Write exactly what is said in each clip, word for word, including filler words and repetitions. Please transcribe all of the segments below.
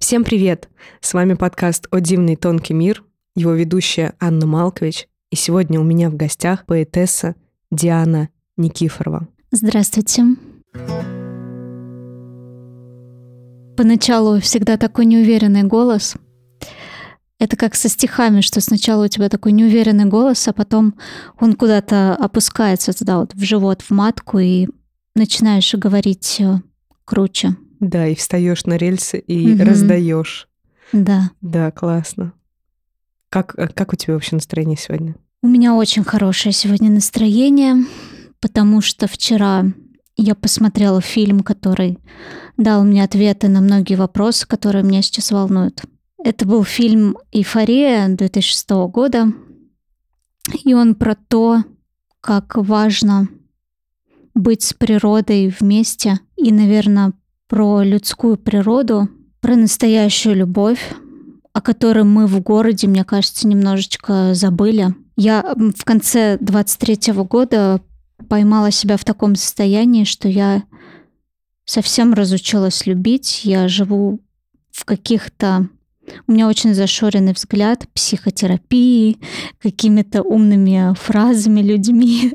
Всем привет! С вами подкаст «О дивный тонкий мир», его ведущая Анна Малкович. И сегодня у меня в гостях поэтесса Диана Никифорова. Здравствуйте. Поначалу всегда такой неуверенный голос. Это как со стихами, что сначала у тебя такой неуверенный голос, а потом он куда-то опускается туда вот в живот, в матку, и начинаешь говорить круче. Да, и встаешь на рельсы и Мгм. раздаешь. Да. Да, классно. Как, как у тебя вообще настроение сегодня? У меня очень хорошее сегодня настроение, потому что вчера я посмотрела фильм, который дал мне ответы на многие вопросы, которые меня сейчас волнуют. Это был фильм «Эйфория» две тысячи шестого года, и он про то, как важно быть с природой вместе, и, наверное, про людскую природу, про настоящую любовь, о которой мы в городе, мне кажется, немножечко забыли. Я в конце двадцать третьего года поймала себя в таком состоянии, что я совсем разучилась любить. Я живу в каких-то... У меня очень зашоренный взгляд психотерапии, какими-то умными фразами, людьми,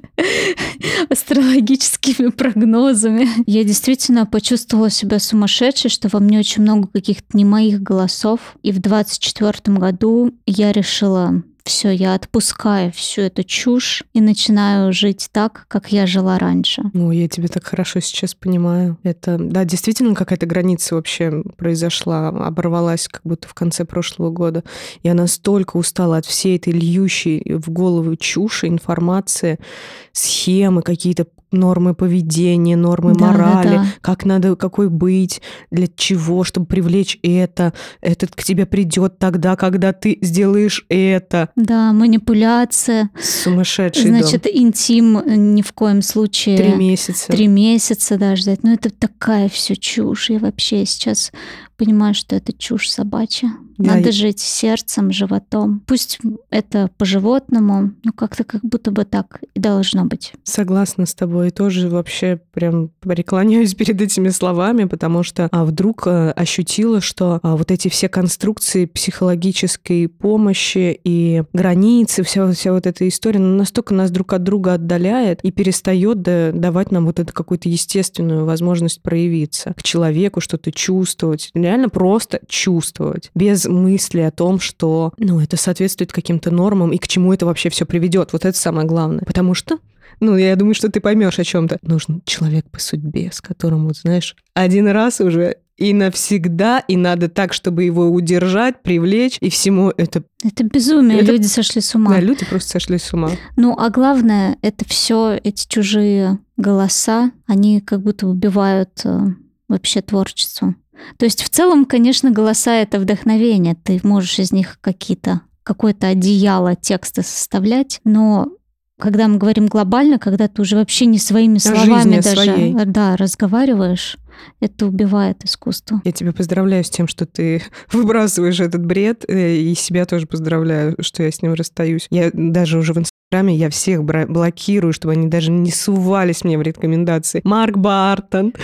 астрологическими прогнозами. Я действительно почувствовала себя сумасшедшей, что во мне очень много каких-то не моих голосов. И в двадцать четвёртом году я решила: все, я отпускаю всю эту чушь и начинаю жить так, как я жила раньше. Ну, я тебя так хорошо сейчас понимаю. Это, да, действительно какая-то граница вообще произошла, оборвалась как будто в конце прошлого года. Я настолько устала от всей этой льющей в голову чуши, информации, схемы, какие-то нормы поведения, нормы Да, морали, да, да. как надо, какой быть, для чего, чтобы привлечь это. Этот к тебе придет тогда, когда ты сделаешь это. Да, манипуляция. Сумасшедший Значит, дом. интим ни в коем случае. Три месяца. Три месяца, да, ждать. Ну, это такая все чушь. Я вообще сейчас понимаю, что это чушь собачья. Да, Надо я- жить сердцем, животом. Пусть это по-животному, но как-то как будто бы так и должно быть. Согласна с тобой. Тоже вообще прям преклоняюсь перед этими словами, потому что а, вдруг а, ощутила, что а, вот эти все конструкции психологической помощи и границы, вся, вся вот эта история ну, настолько нас друг от друга отдаляет и перестает да, давать нам вот эту какую-то естественную возможность проявиться к человеку, что-то чувствовать. Реально просто чувствовать. Без мысли о том, что ну, это соответствует каким-то нормам и к чему это вообще все приведет. Вот это самое главное. Потому что ну, я думаю, что ты поймешь о чем-то. Нужен человек по судьбе, с которым, вот знаешь, один раз уже и навсегда, и надо так, чтобы его удержать, привлечь, и всему это... Это безумие, Это- люди сошли с ума. Да, люди просто сошли с ума. Ну, а главное, это все эти чужие голоса, они как будто убивают э, вообще творчество. То есть в целом, конечно, голоса — это вдохновение. Ты можешь из них какие-то, какое-то одеяло текста составлять, но когда мы говорим глобально, когда ты уже вообще не своими словами жизни даже своей. да, разговариваешь, это убивает искусство. Я тебя поздравляю с тем, что ты выбрасываешь этот бред, э, и себя тоже поздравляю, что я с ним расстаюсь. Я даже уже в Инстаграме я всех бра- блокирую, чтобы они даже не сувались мне в рекомендации. Марк Бартон,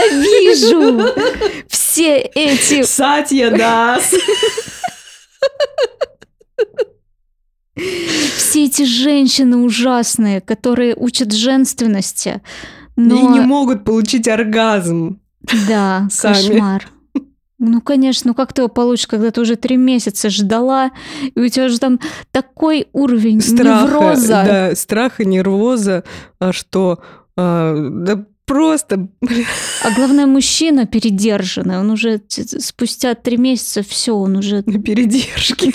Ненавижу все эти... Сатья Дас. Все эти женщины ужасные, которые учат женственности, И но... не могут получить оргазм. Да, сами. кошмар. Ну, конечно, ну как ты его получишь, когда ты уже три месяца ждала, и у тебя же там такой уровень Страха, невроза. да, страха, нервоза, а что а, да просто... А главное, мужчина передержанный. Он уже т- спустя три месяца все, он уже... на передержке.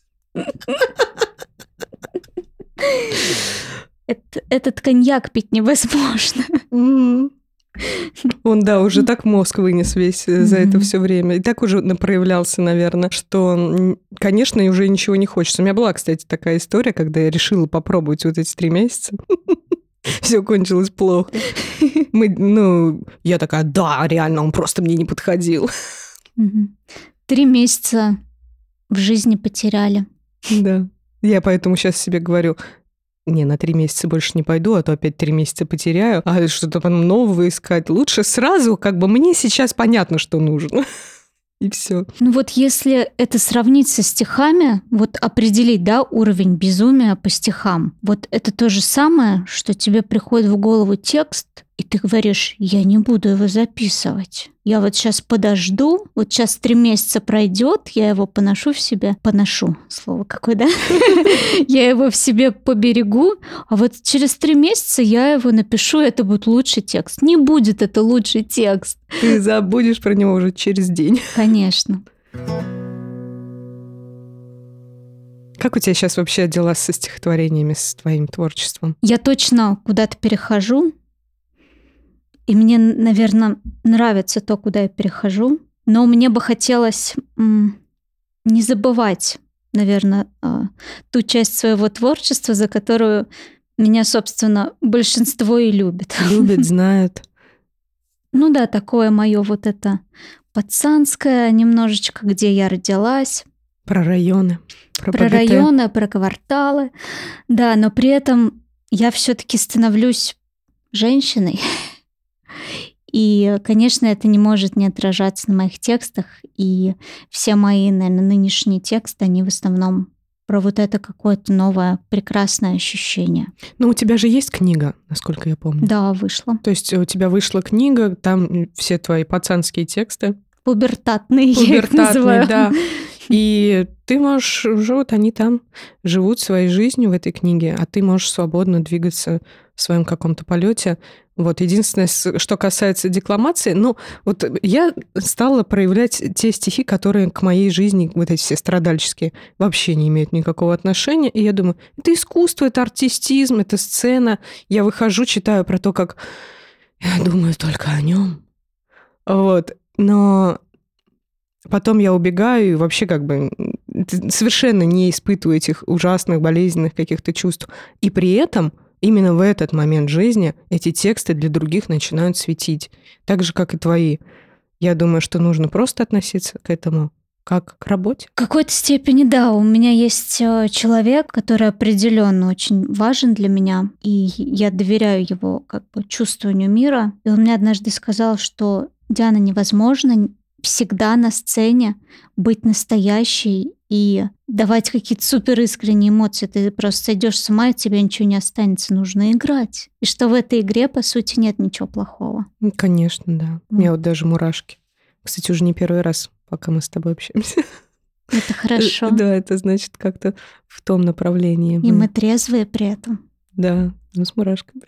Это- этот коньяк пить невозможно. Мгм. Он, да, уже так мозг вынес весь э, за это Мгм. все время. И так уже проявлялся, наверное, что, м, конечно, и уже ничего не хочется. У меня была, кстати, такая история, когда я решила попробовать вот эти три месяца. Все кончилось плохо. Мы, ну, я такая, да, реально, он просто мне не подходил. Мгм. Три месяца в жизни потеряли. Да. Я поэтому сейчас себе говорю, не, на три месяца больше не пойду, а то опять три месяца потеряю, а что-то потом нового искать. Лучше сразу, как бы мне сейчас понятно, что нужно. И все. Ну вот если это сравнить со стихами, вот определить, да, уровень безумия по стихам, вот это то же самое, что тебе приходит в голову текст, и ты говоришь, я не буду его записывать. Я вот сейчас подожду, вот сейчас три месяца пройдет, я его поношу в себе, поношу, слово какое, да? Я его в себе поберегу, а вот через три месяца я его напишу, это будет лучший текст. Не будет это лучший текст. Ты забудешь про него уже через день. Конечно. Как у тебя сейчас вообще дела со стихотворениями, с твоим творчеством? Я точно куда-то перехожу, и мне, наверное, нравится то, куда я перехожу, но мне бы хотелось м, не забывать, наверное, э, ту часть своего творчества, за которую меня, собственно, большинство и любит. Любят, знают. Ну да, такое мое вот это пацанское немножечко, где я родилась. Про районы. Про, про районы, про кварталы. Да, но при этом я все-таки становлюсь женщиной. И, конечно, это не может не отражаться на моих текстах. И все мои, наверное, нынешние тексты, они в основном про вот это какое-то новое прекрасное ощущение. Ну, у тебя же есть книга, насколько я помню. Да, вышла. То есть у тебя вышла книга, там все твои пацанские тексты. Пубертатные, Пубертатные, я их называю. Да. И ты можешь, уже вот они там живут своей жизнью в этой книге, а ты можешь свободно двигаться в своем каком-то полете. Вот единственное, что касается декламации, ну, вот я стала проявлять те стихи, которые к моей жизни, вот эти все страдальческие, вообще не имеют никакого отношения. И я думаю, это искусство, это артистизм, это сцена. Я выхожу, читаю про то, как я думаю только о нем. Вот. Но потом я убегаю и вообще как бы совершенно не испытываю этих ужасных, болезненных каких-то чувств. И при этом именно в этот момент жизни эти тексты для других начинают светить. Так же, как и твои. Я думаю, что нужно просто относиться к этому как к работе. В какой-то степени, да. У меня есть человек, который определенно очень важен для меня, и я доверяю его как бы чувствованию мира. И он мне однажды сказал, что Диана, невозможно всегда на сцене быть настоящей и давать какие-то супер искренние эмоции. Ты просто сойдешь с ума, и от тебя ничего не останется. Нужно играть. И что в этой игре, по сути, нет ничего плохого. Конечно, да. У меня вот даже мурашки. Кстати, уже не первый раз, пока мы с тобой общаемся. Это хорошо. Да, это значит как-то в том направлении. И мы трезвые при этом. Да, ну с мурашками.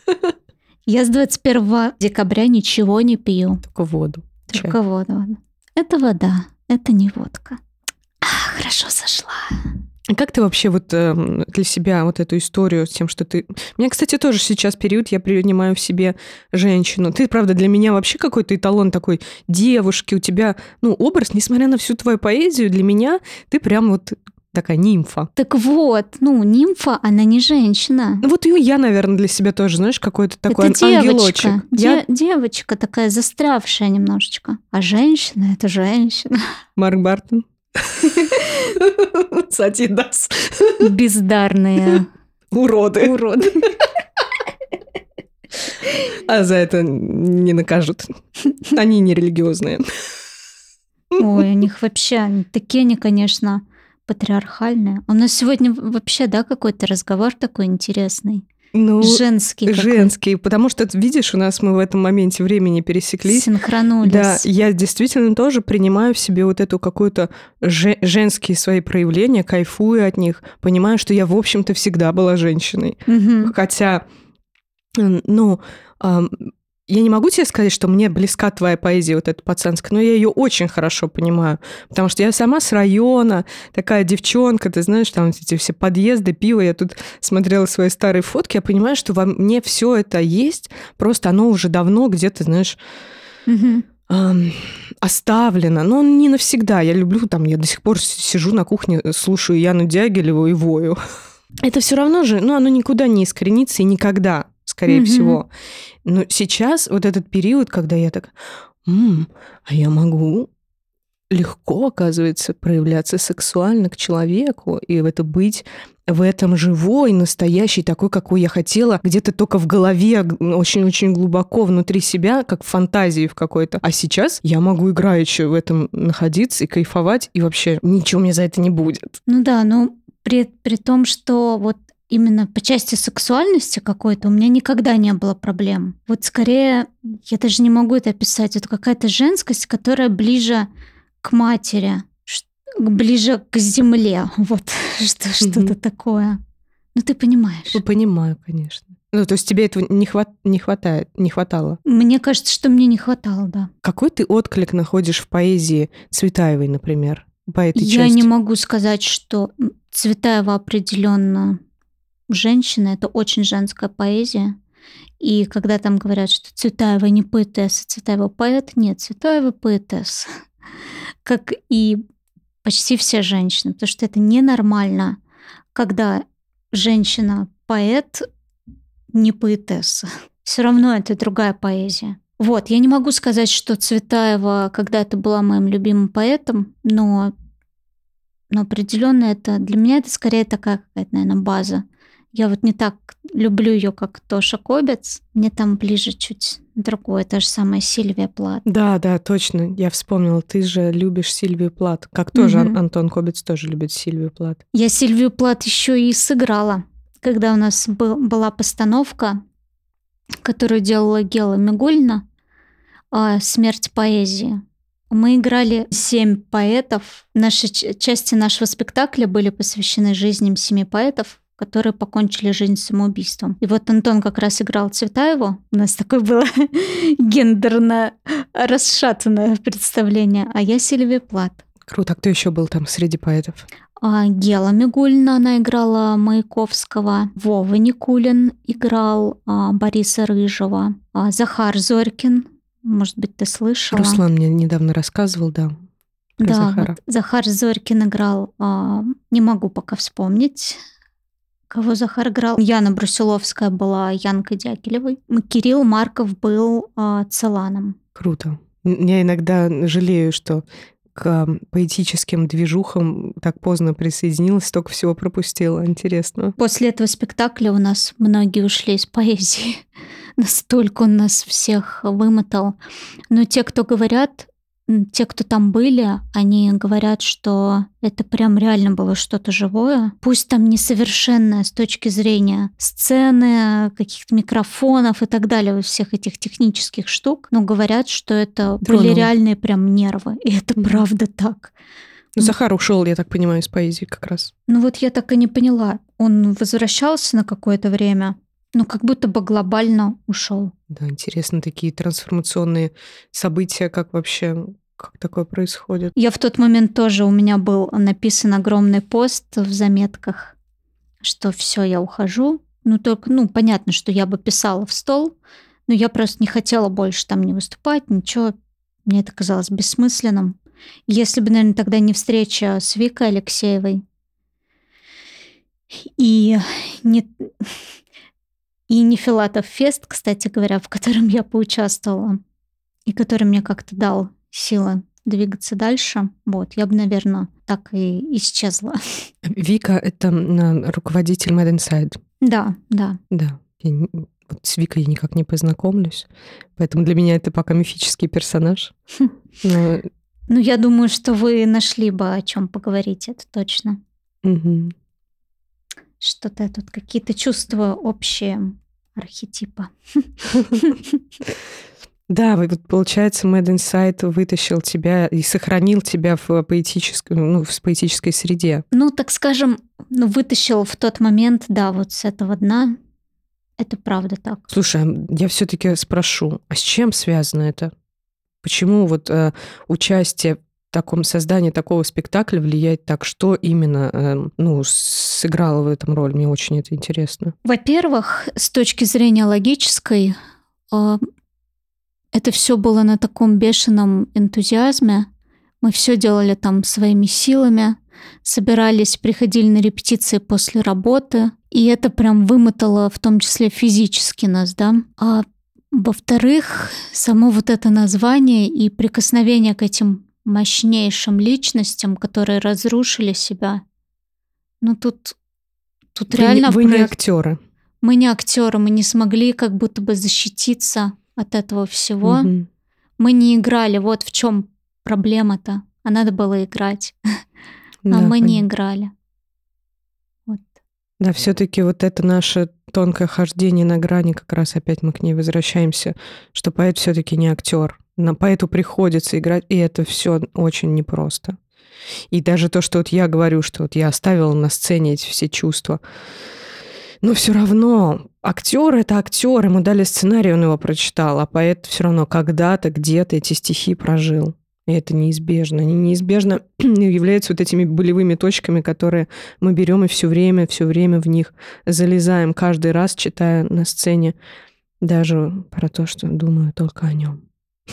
Я с двадцать первого декабря ничего не пью. Только воду. Только чай. воду. Это вода, это не водка. А, хорошо сошла. Как ты вообще вот э, для себя вот эту историю с тем, что ты... У меня, кстати, тоже сейчас период, я принимаю в себе женщину. Ты, правда, для меня вообще какой-то эталон такой девушки. У тебя, ну, образ, несмотря на всю твою поэзию, для меня ты прям вот такая нимфа. Так вот, ну, нимфа, она не женщина. Ну вот и я, наверное, для себя тоже, знаешь, какой-то такой это ангелочек. Девочка, я... Де- девочка такая застрявшая немножечко. А женщина — это женщина. Марк Бартон. Сатидас. Бездарные. Уроды. Уроды. А за это не накажут. Они не религиозные. Ой, у них вообще такие они, конечно, патриархальные. У нас сегодня вообще, да, какой-то разговор такой интересный. Ну, женский какой-то. Женский, потому что, видишь, у нас мы в этом моменте времени пересеклись. Синхронулись. Да, я действительно тоже принимаю в себе вот эту какую-то же- женские свои проявления, кайфую от них, понимаю, что я, в общем-то, всегда была женщиной. Угу. Хотя, ну... Я не могу тебе сказать, что мне близка твоя поэзия, вот эта пацанская, но я ее очень хорошо понимаю, потому что я сама с района, такая девчонка, ты знаешь, там эти все подъезды, пиво, я тут смотрела свои старые фотки, я понимаю, что во мне все это есть, просто оно уже давно где-то, знаешь, угу. эм, оставлено, но не навсегда. Я люблю, там, я до сих пор сижу на кухне, слушаю Яну Дягилеву и вою. Это все равно же, ну, оно никуда не искоренится и никогда, скорее mm-hmm. всего. Но сейчас вот этот период, когда я так, м-м, а я могу легко, оказывается, проявляться сексуально к человеку, и это быть в этом живой, настоящий, такой, какой я хотела, где-то только в голове, очень-очень глубоко внутри себя, как в фантазии в какой-то. А сейчас я могу играючи в этом находиться и кайфовать, и вообще ничего мне за это не будет. Ну да, но при, при том, что вот именно по части сексуальности какой-то у меня никогда не было проблем. Вот скорее, я даже не могу это описать, это какая-то женскость, которая ближе к матери, ближе к земле, вот что, что-то такое. Ну ты понимаешь. Ну, понимаю, конечно. Ну, то есть тебе этого не, хват... не хватает, не хватало? Мне кажется, что мне не хватало, да. Какой ты отклик находишь в поэзии Цветаевой, например, по этой Я части? не могу сказать, что Цветаева определенно женщина, это очень женская поэзия. И когда там говорят, что Цветаева не поэтесса, Цветаева поэт, нет, Цветаева поэтесса. Как и почти все женщины, потому что это ненормально, когда женщина-поэт не поэтесса. Все равно это другая поэзия. Вот, я не могу сказать, что Цветаева когда-то была моим любимым поэтом, но, но определенно это для меня это скорее такая какая-то, наверное, база. Я вот не так люблю ее, как Тоша Кобец. Мне там ближе чуть другое, та же самая Сильвия Плат. Да, да, точно. Я вспомнила, ты же любишь Сильвию Плат. Как тоже Мгм. Антон Кобец тоже любит Сильвию Плат. Я Сильвию Плат еще и сыграла, когда у нас был, была постановка, которую делала Гела Мигульна, «Смерть поэзии». Мы играли семь поэтов. Наши части нашего спектакля были посвящены жизням семи поэтов, которые покончили жизнь самоубийством. И вот Антон как раз играл Цветаеву. У нас такое было гендерно расшатанное представление. А я Сильвия Плат. Круто. А кто еще был там среди поэтов? А Гела Мигульна, она играла Маяковского. Вова Никулин играл а, Бориса Рыжего. А Захар Зорькин, может быть, ты слышала. Руслан мне недавно рассказывал, да, про Да, Захара. вот Захар Зорькин играл, а, не могу пока вспомнить, кого Захар играл. Яна Брусиловская была Янкой Дягилевой. Кирилл Марков был а, Целаном. Круто. Я иногда жалею, что к поэтическим движухам так поздно присоединилась, столько всего пропустила. Интересно. После этого спектакля у нас многие ушли из поэзии. Настолько он нас всех вымотал. Но те, кто говорят, те, кто там были, они говорят, что это прям реально было что-то живое. Пусть там несовершенное с точки зрения сцены, каких-то микрофонов и так далее, всех этих технических штук, но говорят, что это Тронуло. были реальные прям нервы. И это Мгм. правда так. Ну, Захар ушел, я так понимаю, из поэзии как раз. Ну вот я так и не поняла. Он возвращался на какое-то время, но как будто бы глобально ушел. Да, интересно, такие трансформационные события, как вообще, как такое происходит. Я в тот момент тоже, у меня был написан огромный пост в заметках, что все, я ухожу. Ну только, ну понятно, что я бы писала в стол, но я просто не хотела больше там не выступать, ничего. Мне это казалось бессмысленным. Если бы, наверное, тогда не встреча с Викой Алексеевой и не, и не Филатов фест, кстати говоря, в котором я поучаствовала, и который мне как-то дал силы двигаться дальше, вот, я бы, наверное, так и исчезла. Вика — это м, руководитель Mad Inside. Да, да. Да. Я не- вот с Викой я никак не познакомлюсь, поэтому для меня это пока мифический персонаж. Но, Ну, я думаю, что вы нашли бы о чем поговорить, это точно. мгм. Что-то я тут какие-то чувства общие архетипа. Да, вы- вот получается, Mad Inside вытащил тебя и сохранил тебя в поэтической, ну, в поэтической среде. Ну, так скажем, ну, вытащил в тот момент, да, вот с этого дна. Это правда так. Слушай, а я все-таки спрошу, а с чем связано это? Почему вот э, участие в таком создании такого спектакля влияет так? Что именно э, ну, сыграло в этом роль? Мне очень это интересно. Во-первых, с точки зрения логической, э, это все было на таком бешеном энтузиазме. Мы все делали там своими силами, собирались, приходили на репетиции после работы, и это прям вымотало в том числе физически нас, да. А во-вторых, само вот это название и прикосновение к этим мощнейшим личностям, которые разрушили себя, ну тут Тут Вы, реально не, вы не про- актеры. мы не актеры, мы не смогли как будто бы защититься от этого всего. Мгм. Мы не играли. Вот в чем проблема-то. А надо было играть. А Да, мы не понятно. играли. Вот. Да, все-таки вот это наше тонкое хождение на грани, как раз опять мы к ней возвращаемся, что поэт все-таки не актер. На поэту приходится играть, и это все очень непросто. И даже то, что вот я говорю, что вот я оставила на сцене эти все чувства, но все равно актер это актер, ему дали сценарий, он его прочитал, а поэт все равно когда-то, где-то эти стихи прожил. И это неизбежно. Они неизбежно являются вот этими болевыми точками, которые мы берем и все время, все время в них залезаем, каждый раз читая на сцене даже про то, что думаю только о нем.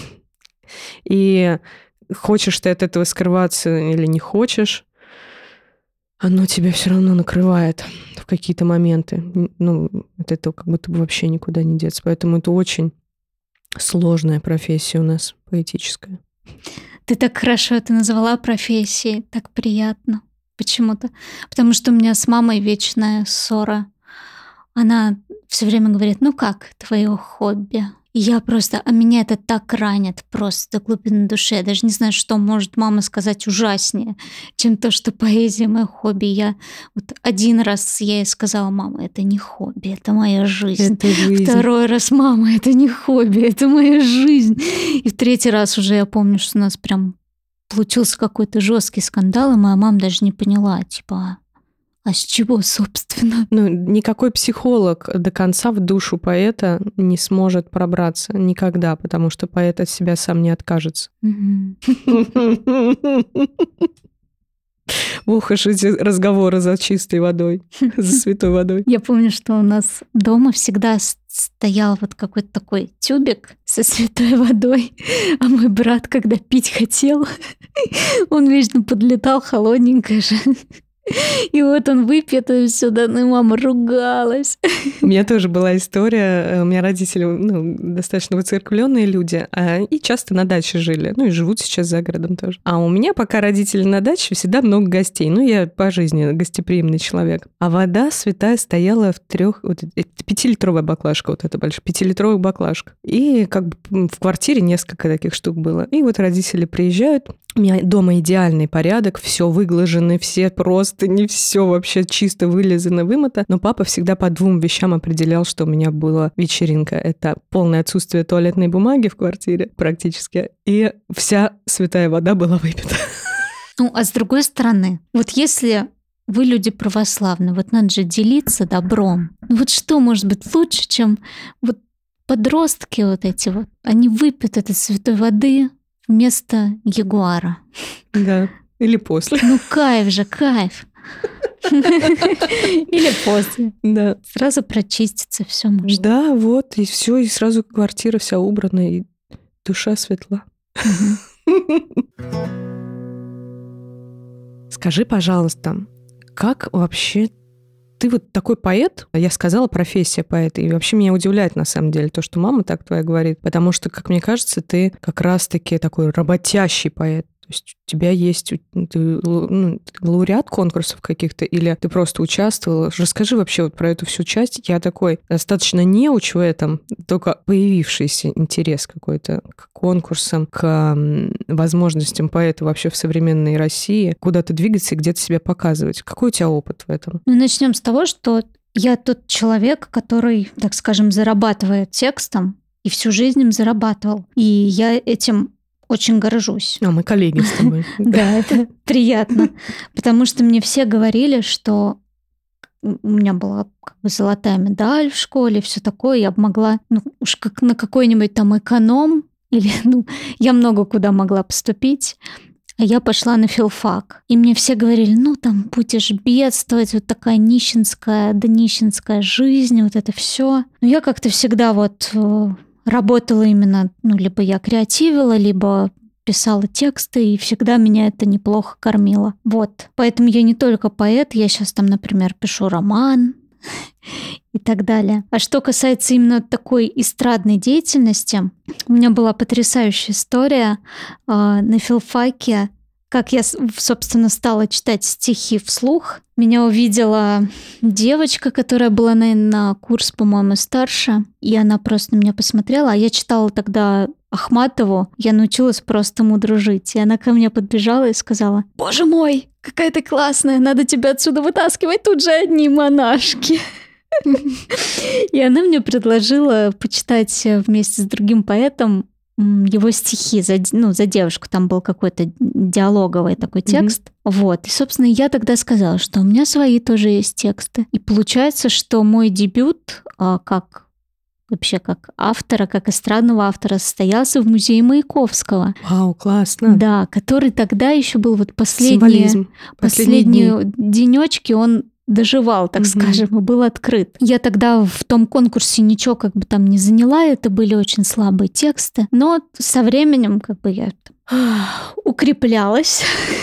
И хочешь ты от этого скрываться или не хочешь, оно тебя все равно накрывает в какие-то моменты. Ну, от этого как будто бы вообще никуда не деться. Поэтому это очень сложная профессия у нас, поэтическая. Ты так хорошо это назвала профессией, так приятно почему-то. Потому что у меня с мамой вечная ссора. Она все время говорит, ну как твое хобби? И я просто, а меня это так ранит просто до глубины души. Я даже не знаю, что может мама сказать ужаснее, чем то, что поэзия мое хобби. Я вот один раз я ей сказала, мама, это не хобби, это моя жизнь. Это жизнь. Второй раз, мама, это не хобби, это моя жизнь. И в третий раз уже я помню, что у нас прям получился какой-то жесткий скандал, и моя мама даже не поняла, типа, а с чего, собственно? Ну, никакой психолог до конца в душу поэта не сможет пробраться никогда, потому что поэт от себя сам не откажется. Ох уж эти разговоры за чистой водой, за святой водой. Я помню, что у нас дома всегда стоял вот какой-то такой тюбик со святой водой, а мой брат, когда пить хотел, он вечно подлетал холодненько же. И вот он выпьет, и все, да, ну, мама ругалась. У меня тоже была история. У меня родители, ну, достаточно выцерквленные люди, а, и часто на даче жили. Ну, и живут сейчас за городом тоже. А у меня, пока родители на даче, всегда много гостей. Ну, я по жизни гостеприимный человек. А вода святая стояла в трех... Вот, пятилитровая баклажка, вот эта большая, пятилитровая баклажка. И как бы в квартире несколько таких штук было. И вот родители приезжают. У меня дома идеальный порядок, все выглажено, все просто не все вообще чисто вылизано, вымыто. Но папа всегда по двум вещам определял, что у меня была вечеринка. Это полное отсутствие туалетной бумаги в квартире практически, и вся святая вода была выпита. Ну, а с другой стороны, вот если вы люди православные, вот надо же делиться добром. Ну вот что может быть лучше, чем вот подростки вот эти вот, они выпьют этой святой воды вместо ягуара. Да, или после. Ну кайф же, кайф. Или после. Да. Сразу прочистится все можно. Да, вот, и все, и сразу квартира вся убрана, и душа светла. Скажи, пожалуйста, как вообще ты вот такой поэт? Я сказала, профессия поэта, и вообще меня удивляет на самом деле то, что мама так твоя говорит, потому что, как мне кажется, ты как раз-таки такой работящий поэт. То есть у тебя есть ты, ну, лауреат конкурсов каких-то, или ты просто участвовала? Расскажи вообще вот про эту всю часть. Я такой достаточно неуч в этом, только появившийся интерес какой-то к конкурсам, к возможностям поэта вообще в современной России, куда-то двигаться и где-то себя показывать. Какой у тебя опыт в этом? Ну, начнем с того, что я тот человек, который, так скажем, зарабатывает текстом и всю жизнь им зарабатывал. И я этим очень горжусь. А, мы коллеги с тобой. Да, это приятно. Потому что мне все говорили, что у меня была как бы золотая медаль в школе, все такое. Я бы могла, ну, уж как на какой-нибудь там эконом, или, ну, я много куда могла поступить. А я пошла на филфак. И мне все говорили, ну, там будешь бедствовать, вот такая нищенская, да нищенская жизнь, вот это все. Но я как-то всегда вот работала именно, ну, либо я креативила, либо писала тексты, и всегда меня это неплохо кормило. Вот. Поэтому я не только поэт, я сейчас там, например, пишу роман и так далее. А что касается именно такой эстрадной деятельности, у меня была потрясающая история. На филфаке как я, собственно, стала читать стихи вслух. Меня увидела девочка, которая была, наверное, на курс, по-моему, старше, и она просто на меня посмотрела, а я читала тогда Ахматову, я научилась простому дружить. И она ко мне подбежала и сказала: «Боже мой, какая ты классная, надо тебя отсюда вытаскивать, тут же одни монашки». И она мне предложила почитать вместе с другим поэтом его стихи за, ну, за девушку. Там был какой-то диалоговый такой текст. Mm-hmm. Вот. И, собственно, я тогда сказала, что у меня свои тоже есть тексты. И получается, что мой дебют как вообще как автора, как эстрадного автора, состоялся в музее Маяковского. Вау, классно. Да, который тогда еще был вот последние, последние денечки, он доживал, так mm-hmm. скажем, и был открыт. Я тогда в том конкурсе ничего как бы там не заняла, это были очень слабые тексты, но со временем как бы я укреплялась,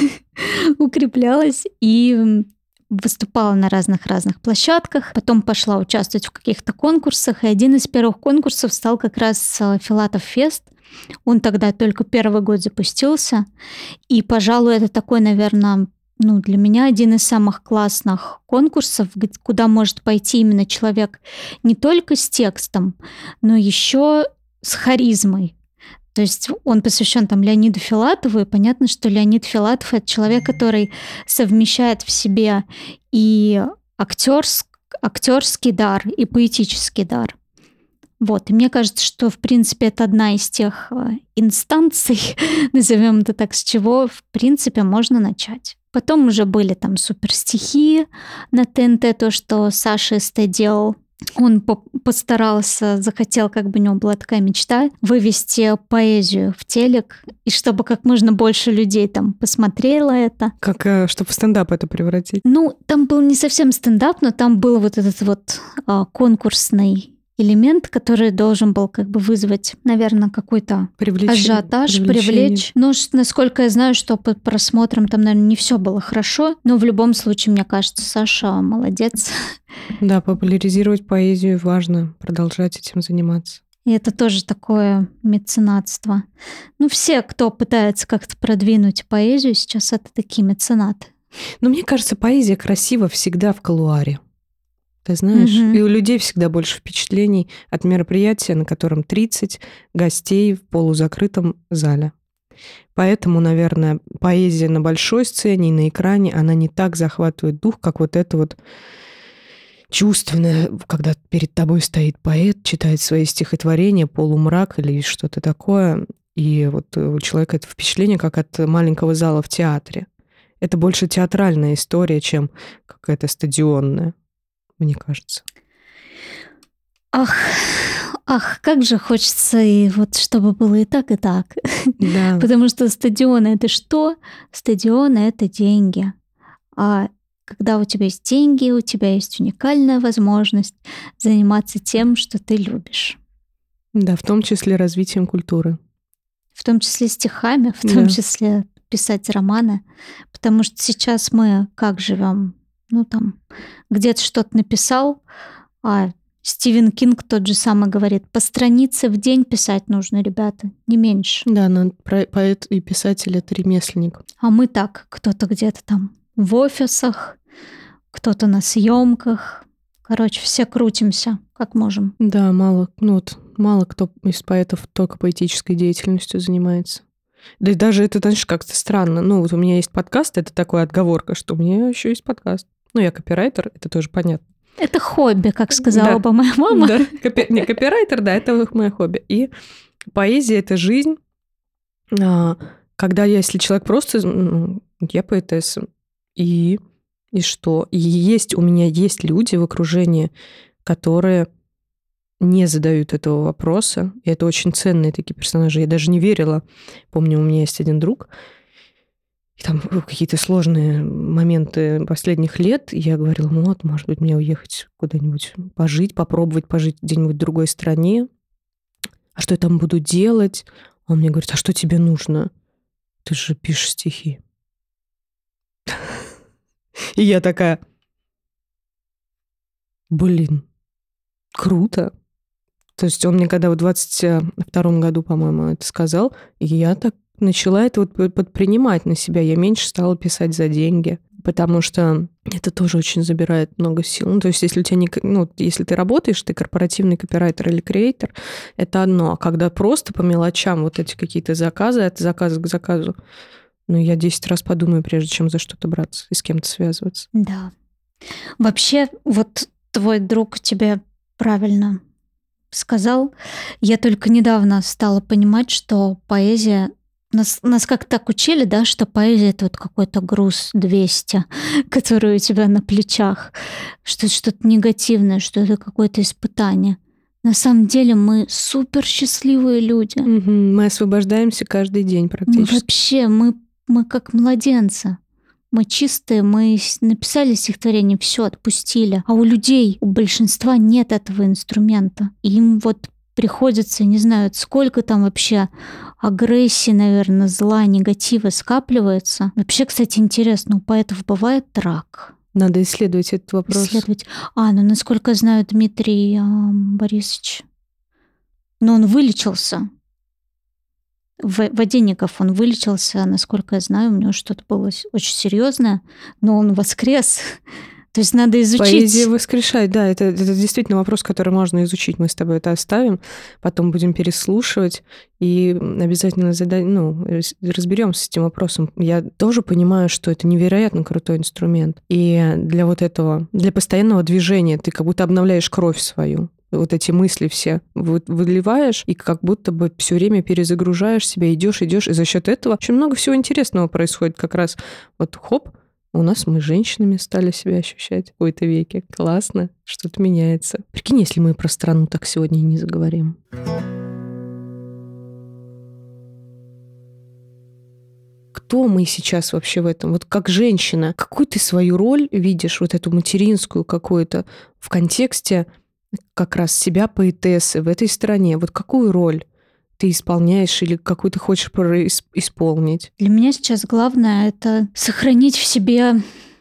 укреплялась и выступала на разных-разных площадках, потом пошла участвовать в каких-то конкурсах, и один из первых конкурсов стал как раз Филатов фест. Он тогда только первый год запустился, и, пожалуй, это такой, наверное, ну, для меня один из самых классных конкурсов, куда может пойти именно человек не только с текстом, но еще с харизмой. То есть он посвящен там Леониду Филатову, и понятно, что Леонид Филатов — это человек, который совмещает в себе и актерск, актерский дар, и поэтический дар. Вот. И мне кажется, что, в принципе, это одна из тех инстанций, назовем это так, с чего, в принципе, можно начать. Потом уже были там суперстихи на ТНТ, то, что Саша СТ делал. Он постарался, захотел, как бы у него была такая мечта, вывести поэзию в телек, и чтобы как можно больше людей там посмотрело это. Как, чтобы в стендап это превратить? Ну, там был не совсем стендап, но там был вот этот вот а, конкурсный элемент, который должен был как бы вызвать, наверное, какой-то ажиотаж, привлечь. Но, насколько я знаю, что по просмотрам там, наверное, не все было хорошо, но в любом случае, мне кажется, Саша молодец. Да, популяризировать поэзию важно, продолжать этим заниматься. И это тоже такое меценатство. Ну, все, кто пытается как-то продвинуть поэзию, сейчас это такие меценаты. Но мне кажется, поэзия красива всегда в колуаре. Ты знаешь, угу. И у людей всегда больше впечатлений от мероприятия, на котором тридцать гостей в полузакрытом зале. Поэтому, наверное, поэзия на большой сцене и на экране, она не так захватывает дух, как вот это вот чувственное, когда перед тобой стоит поэт, читает свои стихотворения, полумрак или что-то такое, и вот у человека это впечатление, как от маленького зала в театре. Это больше театральная история, чем какая-то стадионная, мне кажется. Ах, ах, как же хочется, и вот чтобы было и так, и так. Да. Потому что стадионы — это что? Стадионы — это деньги. А когда у тебя есть деньги, у тебя есть уникальная возможность заниматься тем, что ты любишь. Да, в том числе развитием культуры. В том числе стихами, в том да. числе писать романы. Потому что сейчас мы как живем? Ну, там, где-то что-то написал, а Стивен Кинг тот же самый говорит, по странице в день писать нужно, ребята, не меньше. Да, но поэт и писатель — это ремесленник. А мы так, кто-то где-то там в офисах, кто-то на съемках. Короче, все крутимся, как можем. Да, мало, ну вот, мало кто из поэтов только поэтической деятельностью занимается. Да и даже это, знаешь, как-то странно. Ну, вот у меня есть подкаст, это такая отговорка, что у меня еще есть подкаст. Ну, я копирайтер, это тоже понятно. Это хобби, как сказала да. бы моя мама. Да, Копи... не копирайтер, да, это мое хобби. И поэзия — это жизнь. Когда я, если человек просто... Я поэтесса. И, и что? И есть, у меня есть люди в окружении, которые не задают этого вопроса. И это очень ценные такие персонажи. Я даже не верила. Помню, у меня есть один друг, и там какие-то сложные моменты последних лет. И я говорила, вот, может быть, мне уехать куда-нибудь пожить, попробовать пожить где-нибудь в другой стране. А что я там буду делать? Он мне говорит, а что тебе нужно? Ты же пишешь стихи. И я такая, блин, круто. То есть он мне когда в двадцать втором году, по-моему, это сказал, и я так начала это вот подпринимать на себя. Я меньше стала писать за деньги, потому что это тоже очень забирает много сил. Ну, то есть, если у тебя не, ну, если ты работаешь, ты корпоративный копирайтер или креатор, это одно. А когда просто по мелочам вот эти какие-то заказы, от заказа к заказу, ну, я десять раз подумаю, прежде чем за что-то браться и с кем-то связываться. Да. Вообще, вот твой друг тебе правильно сказал. Я только недавно стала понимать, что поэзия... Нас, нас как так учили, да, что поэзия — это вот какой-то груз двести, который у тебя на плечах, что это что-то негативное, что это какое-то испытание. На самом деле мы супер счастливые люди. Угу. Мы освобождаемся каждый день практически. Мы вообще, мы, мы как младенцы. Мы чистые, мы написали стихотворение, все отпустили. А у людей, у большинства нет этого инструмента. Им вот приходится, не знаю, сколько там вообще агрессии, наверное, зла, негатива скапливается. Вообще, кстати, интересно, у поэтов бывает рак? Надо исследовать этот вопрос. Исследовать. А, ну, насколько я знаю, Дмитрий э, Борисович, но он вылечился. В Воденников он вылечился, насколько я знаю, у него что-то было очень серьезное, но он воскрес. То есть надо изучить. Поэзия воскрешает, да, это, это действительно вопрос, который можно изучить. Мы с тобой это оставим, потом будем переслушивать и обязательно задать, ну, разберемся с этим вопросом. Я тоже понимаю, что это невероятно крутой инструмент. И для вот этого, для постоянного движения ты как будто обновляешь кровь свою. Вот эти мысли все выливаешь, и как будто бы все время перезагружаешь себя, идешь, идешь, и за счет этого очень много всего интересного происходит. Как раз вот хоп, у нас мы женщинами стали себя ощущать в какой-то веке. Классно, что-то меняется. Прикинь, если мы про страну так сегодня и не заговорим. Кто мы сейчас вообще в этом? Вот как женщина, какую ты свою роль видишь, вот эту материнскую какую-то, в контексте как раз себя поэтессы в этой стране? Вот какую роль ты исполняешь или какую ты хочешь исполнить? Для меня сейчас главное — это сохранить в себе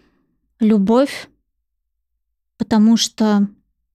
любовь, потому что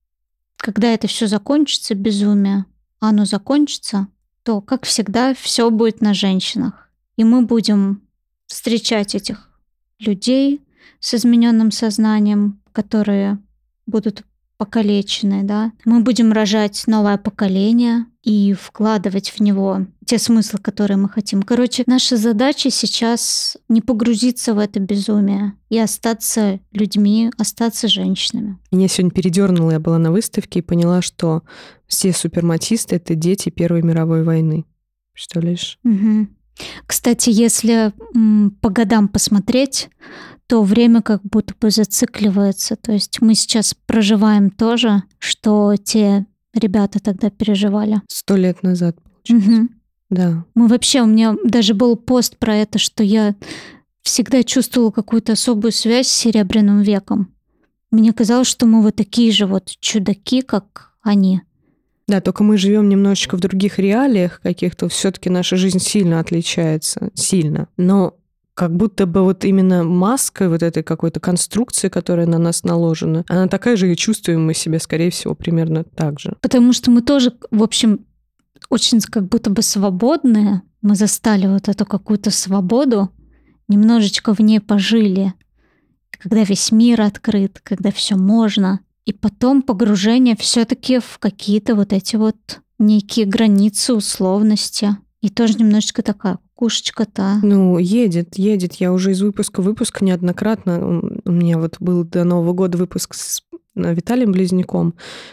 когда это все закончится, безумие, а оно закончится, то, как всегда, все будет на женщинах. И мы будем встречать этих людей с измененным сознанием, которые будут покалеченные, да. Мы будем рожать новое поколение и вкладывать в него те смыслы, которые мы хотим. Короче, наша задача сейчас не погрузиться в это безумие и остаться людьми, остаться женщинами. Меня сегодня передернуло, я была на выставке и поняла, что все суперматисты — это дети Первой мировой войны. Представляешь? Угу. Кстати, если м, по годам посмотреть, то время как будто бы зацикливается. То есть мы сейчас проживаем то же, что те ребята тогда переживали. Сто лет назад, получается. Угу. Да. Мы вообще, у меня даже был пост про это, что я всегда чувствовала какую-то особую связь с Серебряным веком. Мне казалось, что мы вот такие же вот чудаки, как они. Да, только мы живем немножечко в других реалиях каких-то. Все-таки наша жизнь сильно отличается. Сильно. Но как будто бы вот именно маской вот этой какой-то конструкции, которая на нас наложена, она такая же, и чувствуем мы себя, скорее всего, примерно так же. Потому что мы тоже, в общем, очень как будто бы свободные. Мы застали вот эту какую-то свободу, немножечко в ней пожили. Когда весь мир открыт, когда все можно. И потом погружение все-таки в какие-то вот эти вот некие границы, условности. И тоже немножечко такая кукушечка-то. Ну, едет, едет. Я уже из выпуска в выпуск неоднократно. У меня вот был до Нового года выпуск с Виталием Близнюком.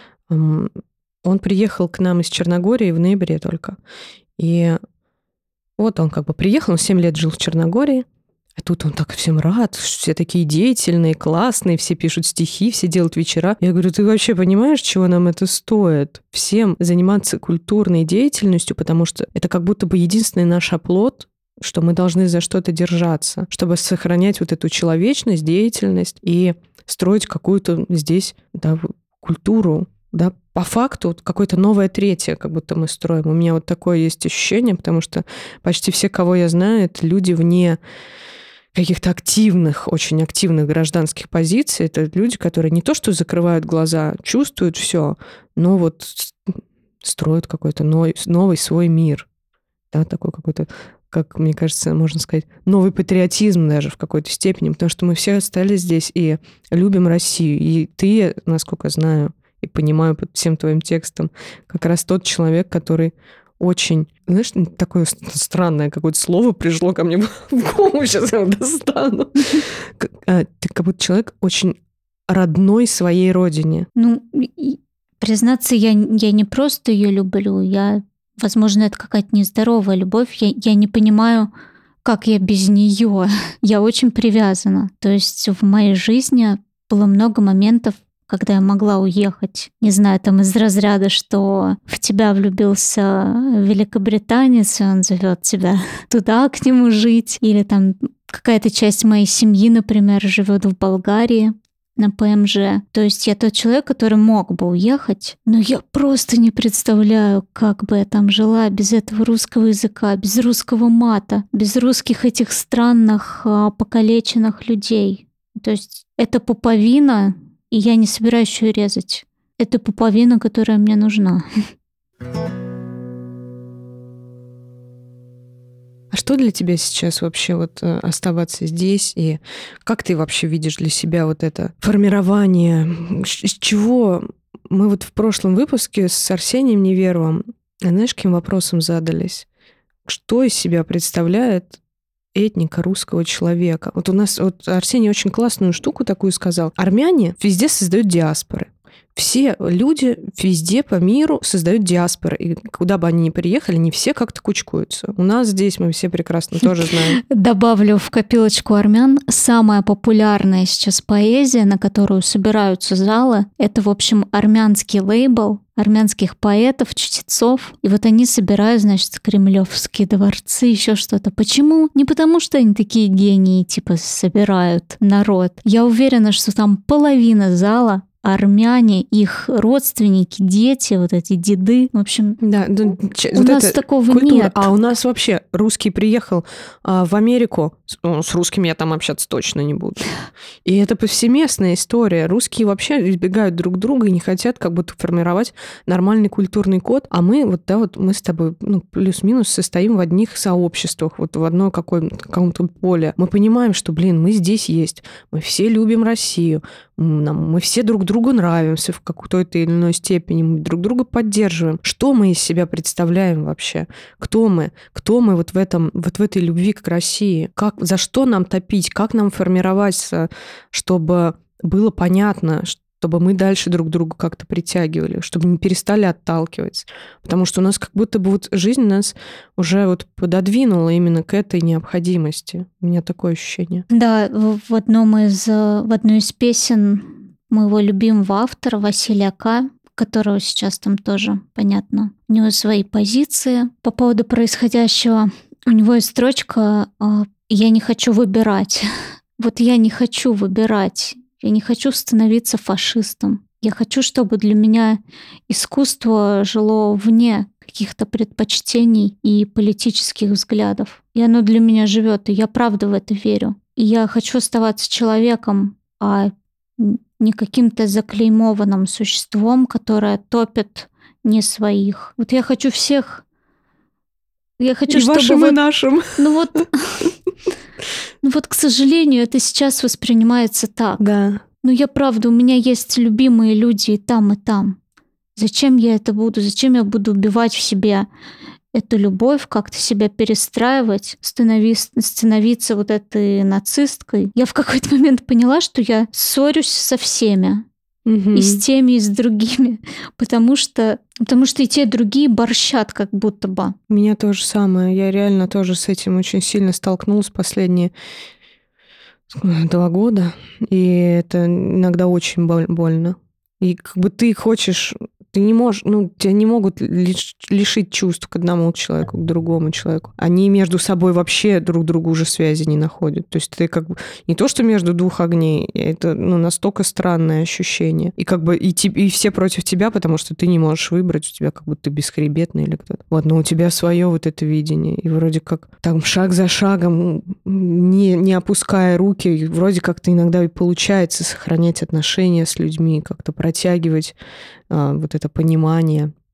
Он приехал к нам из Черногории в ноябре только. И вот он как бы приехал, он семь лет жил в Черногории. А тут он так всем рад, все такие деятельные, классные, все пишут стихи, все делают вечера. Я говорю, ты вообще понимаешь, чего нам это стоит? Всем заниматься культурной деятельностью, потому что это как будто бы единственный наш оплот, что мы должны за что-то держаться, чтобы сохранять вот эту человечность, деятельность и строить какую-то здесь, да, культуру. Да, по факту какое-то новое третье, как будто мы строим. У меня вот такое есть ощущение, потому что почти все, кого я знаю, это люди вне каких-то активных, очень активных гражданских позиций. Это люди, которые не то что закрывают глаза, чувствуют все, но вот строят какой-то новый, новый свой мир. Да, такой какой-то как, мне кажется, можно сказать, новый патриотизм даже в какой-то степени, потому что мы все остались здесь и любим Россию. И ты, насколько знаю и понимаю под всем твоим текстом, как раз тот человек, который очень... Знаешь, такое странное какое-то слово пришло ко мне в голову, сейчас я его достану. Ты как будто человек очень родной своей родине. Ну, признаться, я, я не просто ее люблю, я, возможно, это какая-то нездоровая любовь, я, я не понимаю, как я без нее. Я очень привязана. То есть в моей жизни было много моментов, когда я могла уехать, не знаю, там из разряда, что в тебя влюбился великобританец, и он зовет тебя туда к нему жить, или там какая-то часть моей семьи, например, живет в Болгарии на ПМЖ. То есть я тот человек, который мог бы уехать, но я просто не представляю, как бы я там жила без этого русского языка, без русского мата, без русских этих странных покалеченных людей. То есть это пуповина, и я не собираюсь ее резать. Это пуповина, которая мне нужна. А что для тебя сейчас вообще вот оставаться здесь? И как ты вообще видишь для себя вот это формирование? С чего мы вот в прошлом выпуске с Арсением Неверовым, знаешь, каким вопросом задались? Что из себя представляет этника русского человека? Вот у нас вот Арсений очень классную штуку такую сказал. Армяне везде создают диаспоры. Все люди везде по миру создают диаспоры. И куда бы они ни приехали, не все как-то кучкуются. У нас здесь мы все прекрасно тоже знаем. Добавлю в копилочку армян. Самая популярная сейчас поэзия, на которую собираются залы, это, в общем, армянский лейбл армянских поэтов, чтецов. И вот они собирают, значит, кремлевские дворцы, еще что-то. Почему? Не потому, что они такие гении, типа, собирают народ. Я уверена, что там половина зала армяне, их родственники, дети, вот эти деды. В общем, да, да, у вот нас такого культура. нет. А у нас вообще русский приехал а, в Америку. Ну, с русскими я там общаться точно не буду. И это повсеместная история. Русские вообще избегают друг друга и не хотят как будто формировать нормальный культурный код. А мы вот, да, вот мы с тобой ну, плюс-минус состоим в одних сообществах, вот в одно каком-то поле. Мы понимаем, что, блин, мы здесь есть. Мы все любим Россию. Нам, мы все друг другу нравимся в какой-то или иной степени, мы друг друга поддерживаем. Что мы из себя представляем вообще? Кто мы? Кто мы вот в этом, вот в этой любви к России? Как, за что нам топить? Как нам формироваться, чтобы было понятно, чтобы мы дальше друг друга как-то притягивали, чтобы не перестали отталкивать? Потому что у нас как будто бы вот жизнь нас уже вот пододвинула именно к этой необходимости. У меня такое ощущение. Да, в одном из, в одной из песен моего любимого автора Василия К., которого сейчас там тоже, понятно, у него свои позиции по поводу происходящего. У него есть строчка «Я не хочу выбирать». Вот я не хочу выбирать. Я не хочу становиться фашистом. Я хочу, чтобы для меня искусство жило вне каких-то предпочтений и политических взглядов. И оно для меня живет, и я правда в это верю. И я хочу оставаться человеком, а не каким-то заклеймованным существом, которое топит не своих. Вот я хочу всех... Я хочу, и чтобы вашим, вот... и нашим. Ну вот... Ну вот, к сожалению, это сейчас воспринимается так. Да. Но я правда, у меня есть любимые люди и там, и там. Зачем я это буду? Зачем я буду убивать в себе эту любовь, как-то себя перестраивать, становись, становиться вот этой нацисткой? Я в какой-то момент поняла, что я ссорюсь со всеми. Угу. И с теми, и с другими. Потому что, потому что и те, и другие борщат как будто бы. У меня то же самое. Я реально тоже с этим очень сильно столкнулась последние два года. И это иногда очень больно. И как бы ты хочешь... Ты не можешь, ну, тебя не могут лиш, лишить чувств к одному человеку, к другому человеку. Они между собой вообще друг другу уже связи не находят. То есть ты как бы не то, что между двух огней, это ну, настолько странное ощущение. И как бы и, и все против тебя, потому что ты не можешь выбрать, у тебя как будто ты бесхребетный или кто-то. Вот, но у тебя свое вот это видение. И вроде как там шаг за шагом, не, не опуская руки, вроде как-то иногда и получается сохранять отношения с людьми, как-то протягивать а, вот это понимание.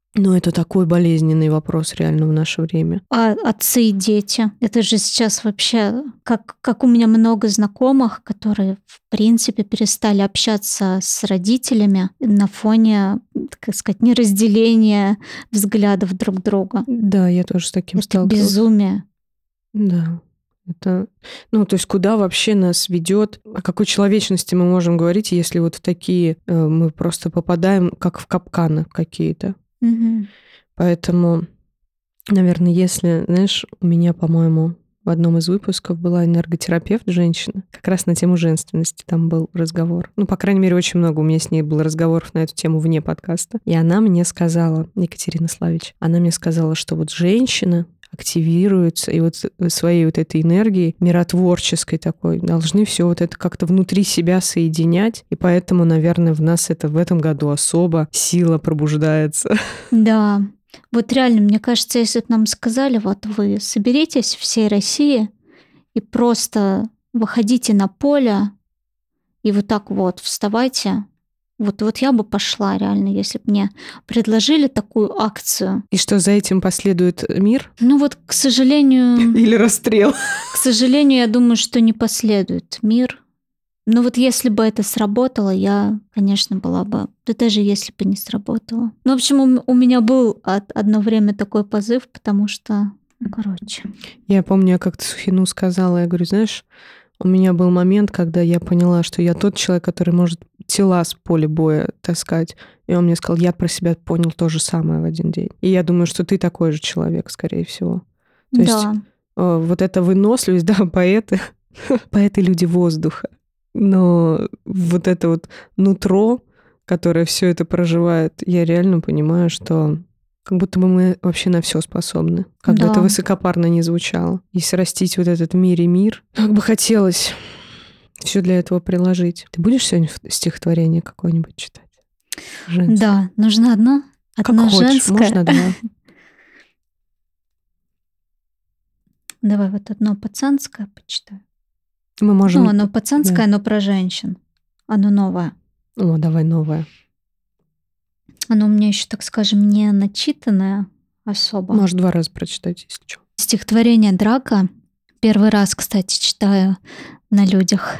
Ну, это такой болезненный вопрос реально в наше время. А отцы и дети? Это же сейчас вообще, как, как у меня много знакомых, которые, в принципе, перестали общаться с родителями на фоне, как сказать, неразделения взглядов друг друга. Да, я тоже с таким Это сталкивалась. безумие. Да. Это, ну, то есть куда вообще нас ведет, о какой человечности мы можем говорить, если вот в такие э, мы просто попадаем как в капканы какие-то. Угу. Поэтому, наверное, если, знаешь, у меня, по-моему, в одном из выпусков была энерготерапевт, женщина, как раз на тему женственности там был разговор. Ну, по крайней мере, очень много у меня с ней было разговоров на эту тему вне подкаста. И она мне сказала, Екатерина Славич, она мне сказала, что вот женщина активируются, и вот своей вот этой энергией миротворческой такой должны все вот это как-то внутри себя соединять, и поэтому, наверное, в нас это в этом году особо сила пробуждается. Да, вот реально, мне кажется, если бы нам сказали, вот вы соберитесь всей России и просто выходите на поле и вот так вот вставайте, Вот, вот я бы пошла реально, если бы мне предложили такую акцию. И что, за этим последует мир? Ну вот, к сожалению... Или расстрел? К сожалению, я думаю, что не последует мир. Но вот если бы это сработало, я, конечно, была бы... Да даже если бы не сработало. Ну, в общем, у, у меня был от, одно время такой позыв, потому что... Ну, короче. Я помню, я как-то Сухину сказала, я говорю, знаешь, у меня был момент, когда я поняла, что я тот человек, который может тела с поля боя таскать. И он мне сказал, я про себя понял то же самое в один день. И я думаю, что ты такой же человек, скорее всего. То Да. есть вот эта выносливость, да, поэты, поэты люди воздуха. Но вот это вот нутро, которое все это проживает, я реально понимаю, что как будто бы мы вообще на все способны. Как Да. бы это высокопарно не звучало. И срастить вот этот мир и мир. Как бы хотелось все для этого приложить. Ты будешь сегодня стихотворение какое-нибудь читать? Женское? Да, нужно одно. Как Одно хочешь, женское. можно два. Давай вот одно пацанское почитаю. Мы можем... Ну, оно пацанское, да. но про женщин. Оно новое. О, давай новое. Оно у меня еще, так скажем, не начитанное особо. Можешь два раза прочитать, если что. Стихотворение Драка. Первый раз, кстати, читаю на людях.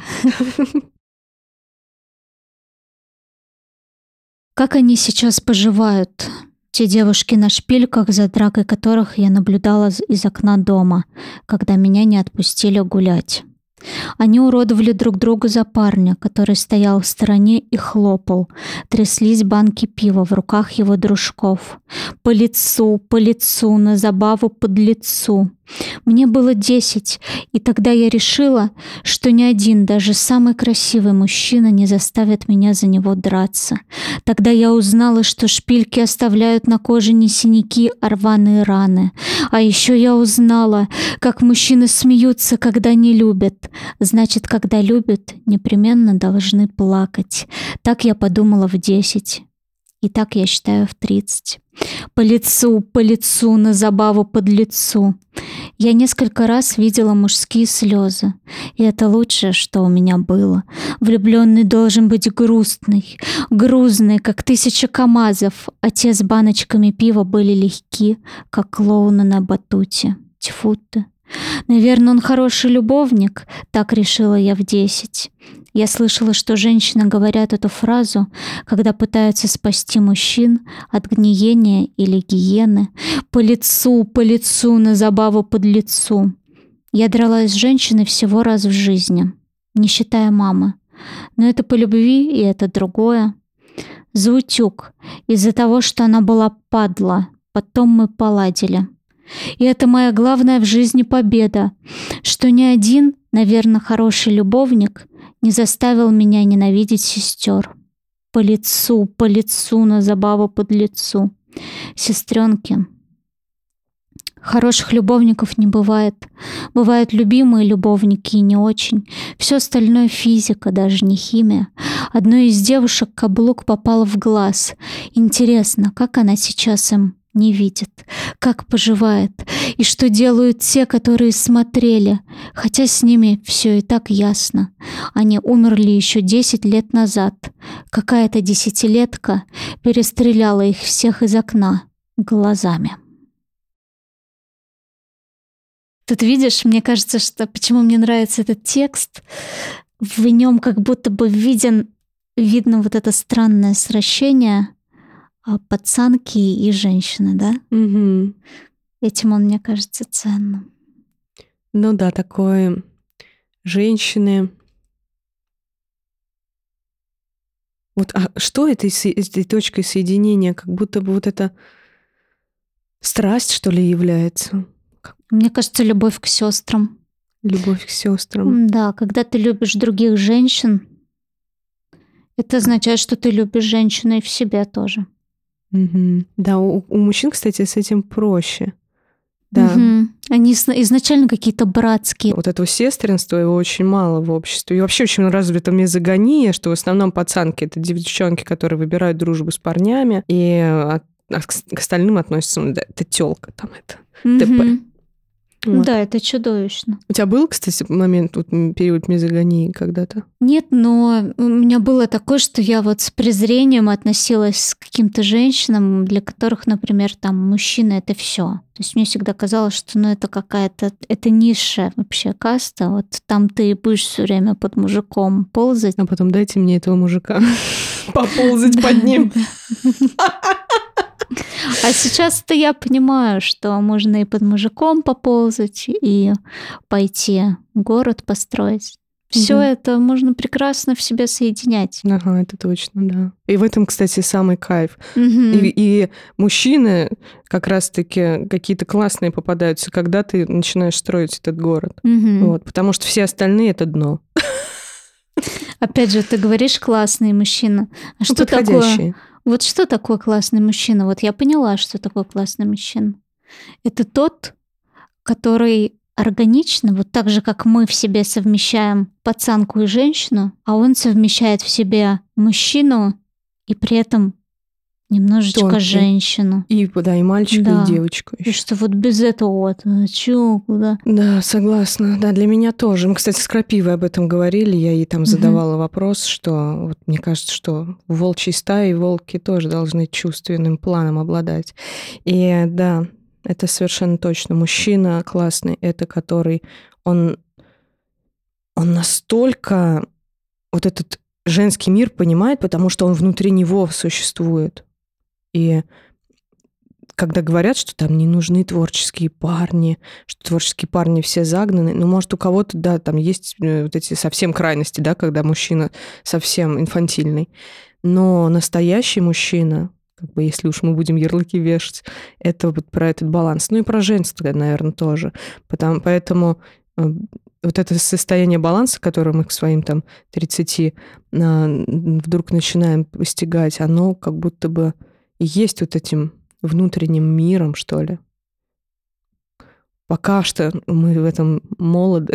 Как они сейчас поживают, те девушки на шпильках, за дракой которых я наблюдала из окна дома, когда меня не отпустили гулять. Они уродовали друг друга за парня, который стоял в стороне и хлопал. Тряслись банки пива в руках его дружков. По лицу, по лицу, на забаву под лицу. Мне было десять, и тогда я решила, что ни один, даже самый красивый мужчина не заставит меня за него драться. Тогда я узнала, что шпильки оставляют на коже не синяки, а рваные раны. А еще я узнала, как мужчины смеются, когда не любят. Значит, когда любят, непременно должны плакать. Так я подумала в десять. И так я считаю в тридцать. По лицу, по лицу, на забаву под лицу. Я несколько раз видела мужские слезы, и это лучшее, что у меня было. Влюбленный должен быть грустный, грузный, как тысяча КамАЗов, а те с баночками пива были легки, как клоуны на батуте. Тьфу ты. Наверное, он хороший любовник, так решила я в десять. Я слышала, что женщины говорят эту фразу, когда пытаются спасти мужчин от гниения или гиены. По лицу, по лицу, на забаву под лицу. Я дралась с женщиной всего раз в жизни, не считая мамы. Но это по любви, и это другое. За утюг, из-за того, что она была падла. Потом мы поладили. И это моя главная в жизни победа, что ни один, наверное, хороший любовник не заставил меня ненавидеть сестер. По лицу, по лицу, на забаву под лицу. Сестренки. Хороших любовников не бывает. Бывают любимые любовники и не очень. Все остальное физика, даже не химия. Одной из девушек каблук попал в глаз. Интересно, как она сейчас им не видит, как поживает, и что делают те, которые смотрели, хотя с ними все и так ясно. Они умерли еще десять лет назад. Какая-то десятилетка перестреляла их всех из окна. глазами. Тут видишь, мне кажется, что почему мне нравится этот текст, в нем как будто бы виден, видно вот это странное сращение пацанки и женщины, да? Угу. Этим он, мне кажется, ценным. Ну да, такое женщины. Вот а что этой, этой точкой соединения? Как будто бы вот это страсть, что ли, является? Мне кажется, любовь к сестрам. Любовь к сестрам. Да, когда ты любишь других женщин, это означает, что ты любишь женщину и в себе тоже. Угу. Да, у, у мужчин, кстати, с этим проще. Да. Угу. Они изначально какие-то братские. Вот этого сестринства его очень мало в обществе. И вообще очень развита мизогония, что в основном пацанки — это девчонки, которые выбирают дружбу с парнями, и а, а к остальным относятся, ну, да, это тёлка, там это, угу. ТП. Вот. Да, это чудовищно. У тебя был, кстати, момент, вот, период мизогонии когда-то? Нет, но у меня было такое, что я вот с презрением относилась к каким-то женщинам, для которых, например, там мужчина — это все. То есть мне всегда казалось, что ну, это какая-то, это низшая вообще каста. Вот там ты будешь все время под мужиком ползать. А потом дайте мне этого мужика поползать под ним. А сейчас-то я понимаю, что можно и под мужиком поползать, и пойти город построить. Все угу. это можно прекрасно в себе соединять. Ага, это точно, да. И в этом, кстати, самый кайф. Угу. И, и мужчины как раз-таки какие-то классные попадаются, когда ты начинаешь строить этот город. Угу. Вот, потому что все остальные — это дно. Опять же, ты говоришь классный мужчина. А что такое? Вот что такое классный мужчина? Вот я поняла, что такое классный мужчина. Это тот, который органично, вот так же, как мы в себе совмещаем пацанку и женщину, а он совмещает в себе мужчину и при этом немножечко Тонкий. женщину. И, да, и мальчика, да. и девочку. И что вот без этого вот, а чё, куда? Да, согласна. Да, для меня тоже. Мы, кстати, с Крапивой об этом говорили. Я ей там задавала угу. вопрос, что вот мне кажется, что в волчьей стае волки тоже должны чувственным планом обладать. И да, это совершенно точно. Мужчина классный, это который, он, он настолько вот этот женский мир понимает, потому что он внутри него существует. И когда говорят, что там не нужны творческие парни, что творческие парни все загнаны, ну, может, у кого-то, да, там есть вот эти совсем крайности, да, когда мужчина совсем инфантильный. Но настоящий мужчина, как бы, если уж мы будем ярлыки вешать, это вот про этот баланс. Ну и про женство, наверное, тоже. Потому, поэтому вот это состояние баланса, которое мы к своим там тридцати вдруг начинаем постигать, оно как будто бы есть вот этим внутренним миром, что ли. Пока что мы в этом молоды.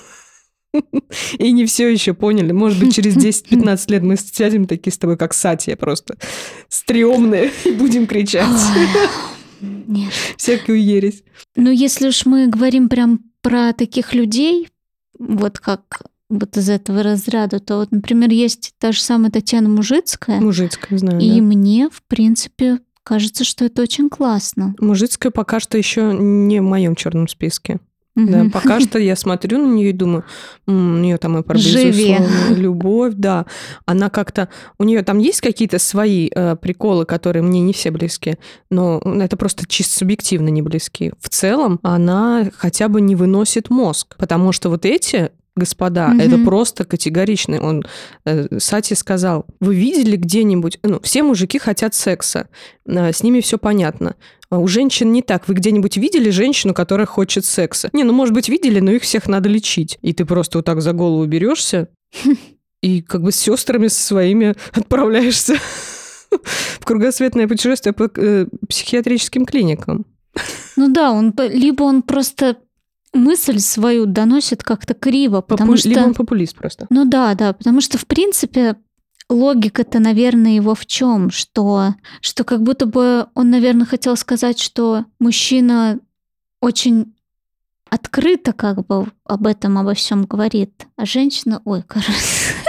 И не все еще поняли. Может быть, через десять-пятнадцать лет мы сядем такие с тобой, как Сатия, просто стрёмные, и будем кричать. Нет. Всякую ересь. Ну, если уж мы говорим прям про таких людей, вот как вот из этого разряда, то вот, например, есть та же самая Татьяна Мужицкая. Мужицкая, знаю, И да. мне, в принципе, кажется, что это очень классно. Мужицкая пока что еще не в моем черном списке. Угу. Да, пока что я смотрю на нее и думаю, у нее там и про безусловную любовь, да. Она как-то... У нее там есть какие-то свои э, приколы, которые мне не все близки, но это просто чисто субъективно не близки. В целом она хотя бы не выносит мозг, потому что вот эти... Господа, mm-hmm. это просто категорично. Он, э, Сати сказал, вы видели где-нибудь... Ну, все мужики хотят секса, э, с ними все понятно. А у женщин не так. Вы где-нибудь видели женщину, которая хочет секса? Не, ну, может быть, видели, но их всех надо лечить. И ты просто вот так за голову берешься и как бы с сестрами своими отправляешься в кругосветное путешествие по э, психиатрическим клиникам. Ну да, он либо он просто... мысль свою доносит как-то криво, потому Попу... что... Либо он популист просто. Ну да, да, потому что, в принципе, логика-то, наверное, его в чем? Что, что как будто бы он, наверное, хотел сказать, что мужчина очень открыто как бы об этом, обо всем говорит, а женщина... Ой, короче...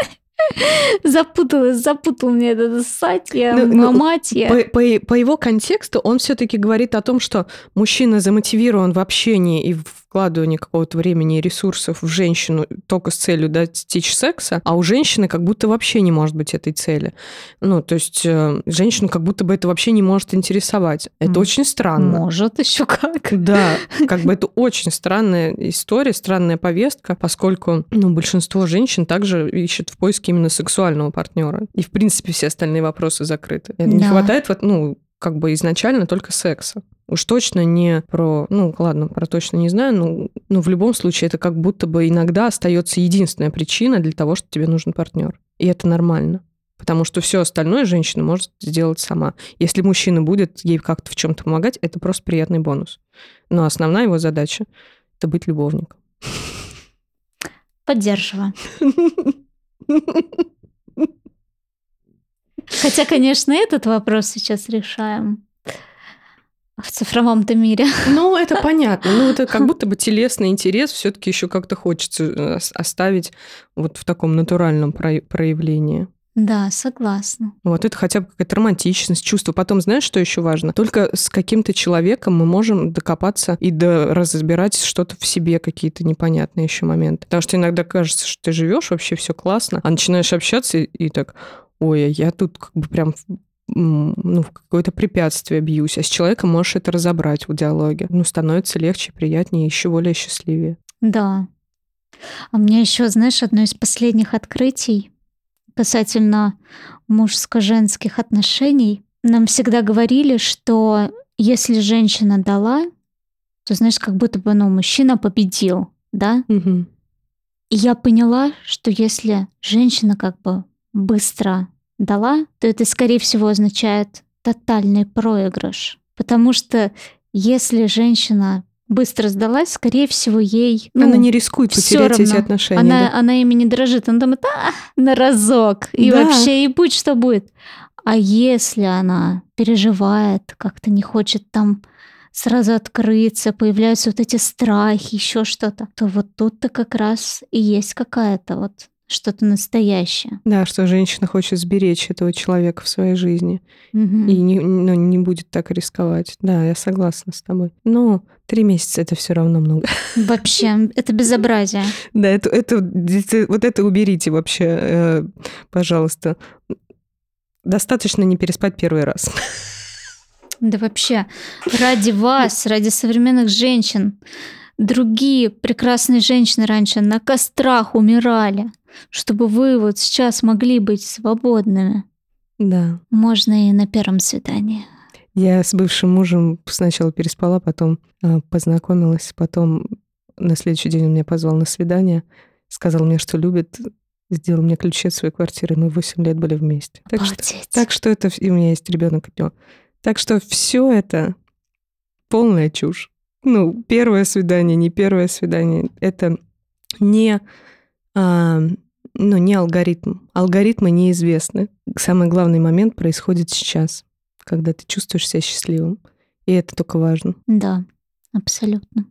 Запуталась, запутал мне этот Сатья, Ну, ну, Маматья. По, по- по его контексту он все-таки говорит о том, что мужчина замотивирован в общении и вкладывании какого-то времени и ресурсов в женщину только с целью достичь секса, а у женщины как будто вообще не может быть этой цели. Ну, то есть э, женщину как будто бы это вообще не может интересовать. Это М. очень странно. Может, еще как. Да, как бы это очень странная история, странная повестка, поскольку ну, большинство женщин также ищет в поиске именно сексуального партнера. И, в принципе, все остальные вопросы закрыты. Не Да. хватает вот, ну, как бы изначально только секса. Уж точно не про... Ну, ладно, про точно не знаю, но, но в любом случае это как будто бы иногда остается единственная причина для того, что тебе нужен партнер. И это нормально. Потому что все остальное женщина может сделать сама. Если мужчина будет ей как-то в чем-то помогать, это просто приятный бонус. Но основная его задача — это быть любовником. Поддерживаю. Хотя, конечно, этот вопрос сейчас решаем в цифровом-то мире. Ну, это понятно. Ну, это как будто бы телесный интерес все-таки еще как-то хочется оставить вот в таком натуральном проявлении. Да, согласна. Вот это хотя бы какая-то романтичность, чувство. Потом, знаешь, что еще важно? Только с каким-то человеком мы можем докопаться и до разбирать что-то в себе, какие-то непонятные еще моменты. Потому что иногда кажется, что ты живешь, вообще все классно, а начинаешь общаться и, и так, ой, а я тут как бы прям ну, в какое-то препятствие бьюсь. А с человеком можешь это разобрать в диалоге. Ну, становится легче, приятнее, еще более счастливее. Да. А у меня еще, знаешь, одно из последних открытий касательно мужско-женских отношений. Нам всегда говорили, что если женщина дала, то, знаешь, как будто бы, ну, мужчина победил, да? Угу. И я поняла, что если женщина как бы быстро дала, то это, скорее всего, означает тотальный проигрыш. Потому что если женщина быстро сдалась, скорее всего, ей... Ну, она не рискует потерять равно. эти отношения. Она, да? она ими не дрожит. Она думает, а, на разок. И Да. вообще, и будь что будет. А если она переживает, как-то не хочет там сразу открыться, появляются вот эти страхи, еще что-то, то вот тут-то как раз и есть какая-то вот что-то настоящее. Да, что женщина хочет сберечь этого человека в своей жизни. Угу. И не, ну, не будет так рисковать. Да, я согласна с тобой. Но три месяца — это все равно много. Вообще, это безобразие. Да, это, это, это, вот это уберите вообще, э, пожалуйста. Достаточно не переспать первый раз. Да вообще, ради вас, ради современных женщин, другие прекрасные женщины раньше на кострах умирали, чтобы вы вот сейчас могли быть свободными. Да. Можно и на первом свидании. Я с бывшим мужем сначала переспала, потом э, познакомилась, потом на следующий день он меня позвал на свидание, сказал мне, что любит, сделал мне ключи от своей квартиры, и мы восемь лет были вместе. Так что, так что это... И у меня есть ребенок от него. Так что все это полная чушь. Ну, первое свидание, не первое свидание. Это не, а, ну, не алгоритм. Алгоритмы неизвестны. Самый главный момент происходит сейчас, когда ты чувствуешь себя счастливым. И это только важно. Да, абсолютно.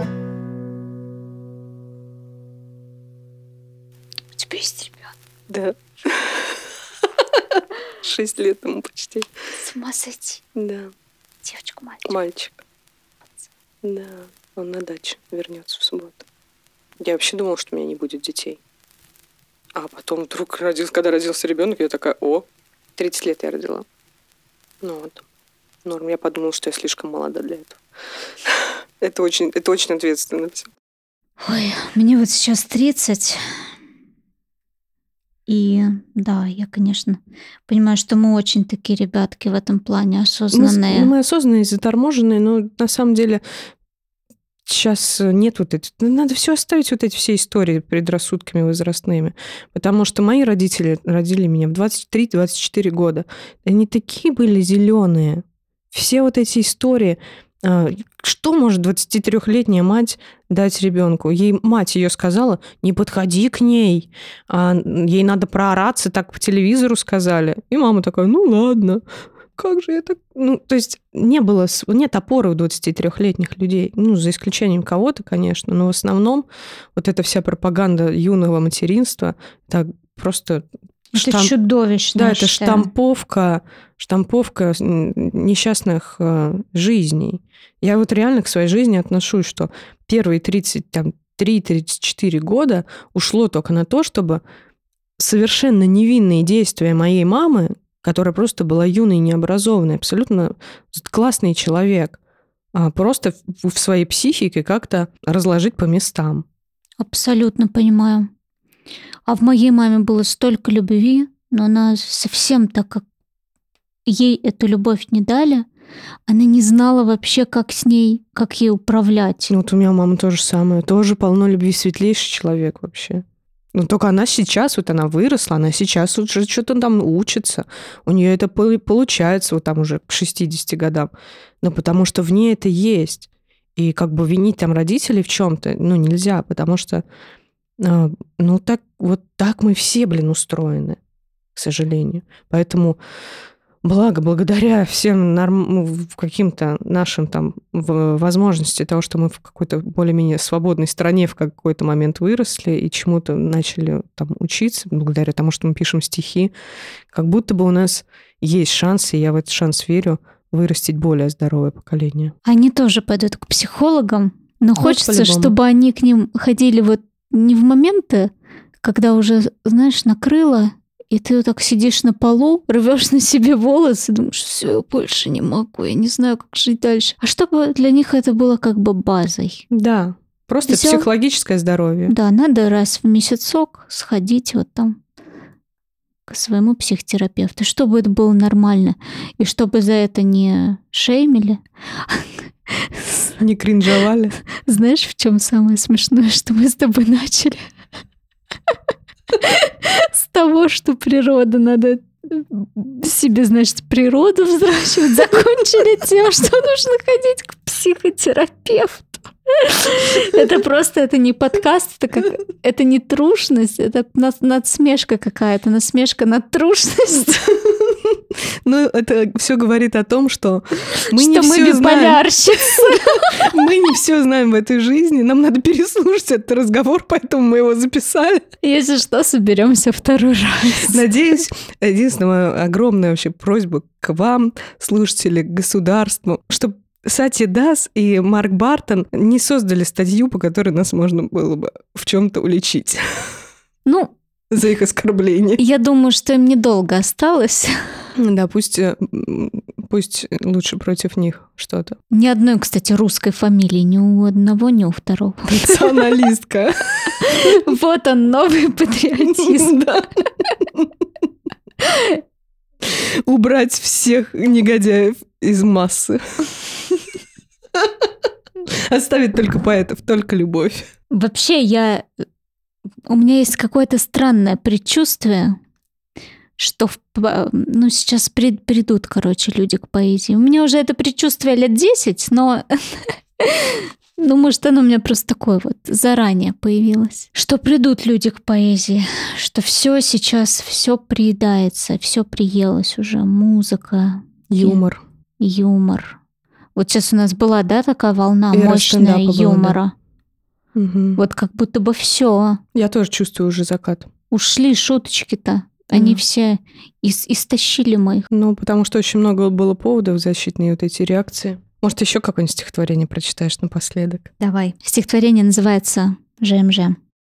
У тебя есть ребенок? Да. Шесть лет ему почти. С ума сойти. Да. Девочка, мальчик. Мальчик. Да, он на даче вернется в субботу. Я вообще думала, что у меня не будет детей. А потом вдруг, родился, когда родился ребенок, я такая, о, тридцать лет я родила. Ну вот, норм. Я подумала, что я слишком молода для этого. Это очень, это очень ответственно все. Ой, мне вот сейчас тридцать. И да, я, конечно, понимаю, что мы очень такие ребятки в этом плане осознанные. Мы, мы осознанные, заторможенные, но на самом деле сейчас нет вот этих... Надо все оставить, вот эти все истории предрассудками возрастными. Потому что мои родители родили меня в двадцать три - двадцать четыре года. Они такие были зеленые. Все вот эти истории... Что может двадцатитрёхлетняя мать дать ребенку? Ей мать ее сказала, не подходи к ней. А ей надо проораться, так по телевизору сказали. И мама такая, ну ладно. Как же я так... Ну, то есть не было... Нет опоры у двадцатитрёхлетних людей. Ну, за исключением кого-то, конечно. Но в основном вот эта вся пропаганда юного материнства, так, просто... Это штамп... чудовищно. Да, это штамповка, штамповка несчастных э, жизней. Я вот реально к своей жизни отношусь, что первые тридцать три тридцать четыре года ушло только на то, чтобы совершенно невинные действия моей мамы, которая просто была юной, необразованной, абсолютно классный человек, просто в своей психике как-то разложить по местам. Абсолютно понимаю. А в моей маме было столько любви, но она совсем так, как ей эту любовь не дали, она не знала вообще, как с ней, как ей управлять. Ну, вот у меня мама то же самое. Тоже полно любви, светлейший человек вообще. Но только она сейчас, вот она выросла, она сейчас уже что-то там учится. У нее это получается вот там уже к шестидесяти годам. Но потому что в ней это есть. И как бы винить там родителей в чем-то, ну, нельзя, потому что, ну, так, вот так мы все, блин, устроены, к сожалению. Поэтому благо, благодаря всем норм... каким-то нашим там возможностям того, что мы в какой-то более-менее свободной стране в какой-то момент выросли и чему-то начали там учиться, благодаря тому, что мы пишем стихи, как будто бы у нас есть шанс, и я в этот шанс верю, вырастить более здоровое поколение. Они тоже пойдут к психологам, но вот хочется, по-любому. Чтобы они к ним ходили вот не в моменты, когда уже, знаешь, накрыло, и ты вот так сидишь на полу, рвешь на себе волосы, думаешь, все, я больше не могу, я не знаю, как жить дальше. А чтобы для них это было как бы базой. Да, просто Взял... психологическое здоровье. Да, надо раз в месяцок сходить вот там к своему психотерапевту, чтобы это было нормально, и чтобы за это не шеймили. Не кринжовали. Знаешь, в чем самое смешное, что мы с тобой начали? С того, что природа надо себе, значит, природу взращивать, закончили тем, что нужно ходить к психотерапевту. Это просто, это не подкаст, это, как, это не трушность, это надсмешка какая-то, насмешка над трушностью. Ну, это все говорит о том, что мы что не мы все знаем. Мы не все знаем в этой жизни, нам надо переслушать этот разговор, поэтому мы его записали. Если что, соберемся второй раз. Надеюсь, единственная огромная вообще просьба к вам, слушатели, к государству, чтобы Сати Дас и Марк Бартон не создали статью, по которой нас можно было бы в чем-то уличить. Ну, за их оскорбление. Я думаю, что им недолго осталось. Да, пусть, пусть лучше против них что-то. Ни одной, кстати, русской фамилии, ни у одного, ни у второго. Националистка. Вот он, новый патриотизм. Убрать всех негодяев из массы. Оставить только поэтов, только любовь. Вообще, я... У меня есть какое-то странное предчувствие, что в... ну, сейчас прид... придут, короче, люди к поэзии. У меня уже это предчувствие лет десять, но... Ну, может, оно у меня просто такое вот заранее появилось. Что придут люди к поэзии, что все сейчас, все приедается, все приелось уже. Музыка. Юмор. Юмор. Вот сейчас у нас была, да, такая волна Эра мощная юмора. Была, да. Угу. Вот как будто бы все. Я тоже чувствую уже закат. Ушли шуточки-то. Они mm. все ис- истощили моих. Ну, потому что очень много было поводов защитные вот эти реакции. Может, еще какое-нибудь стихотворение прочитаешь напоследок? Давай. Стихотворение называется «ЖМЖ».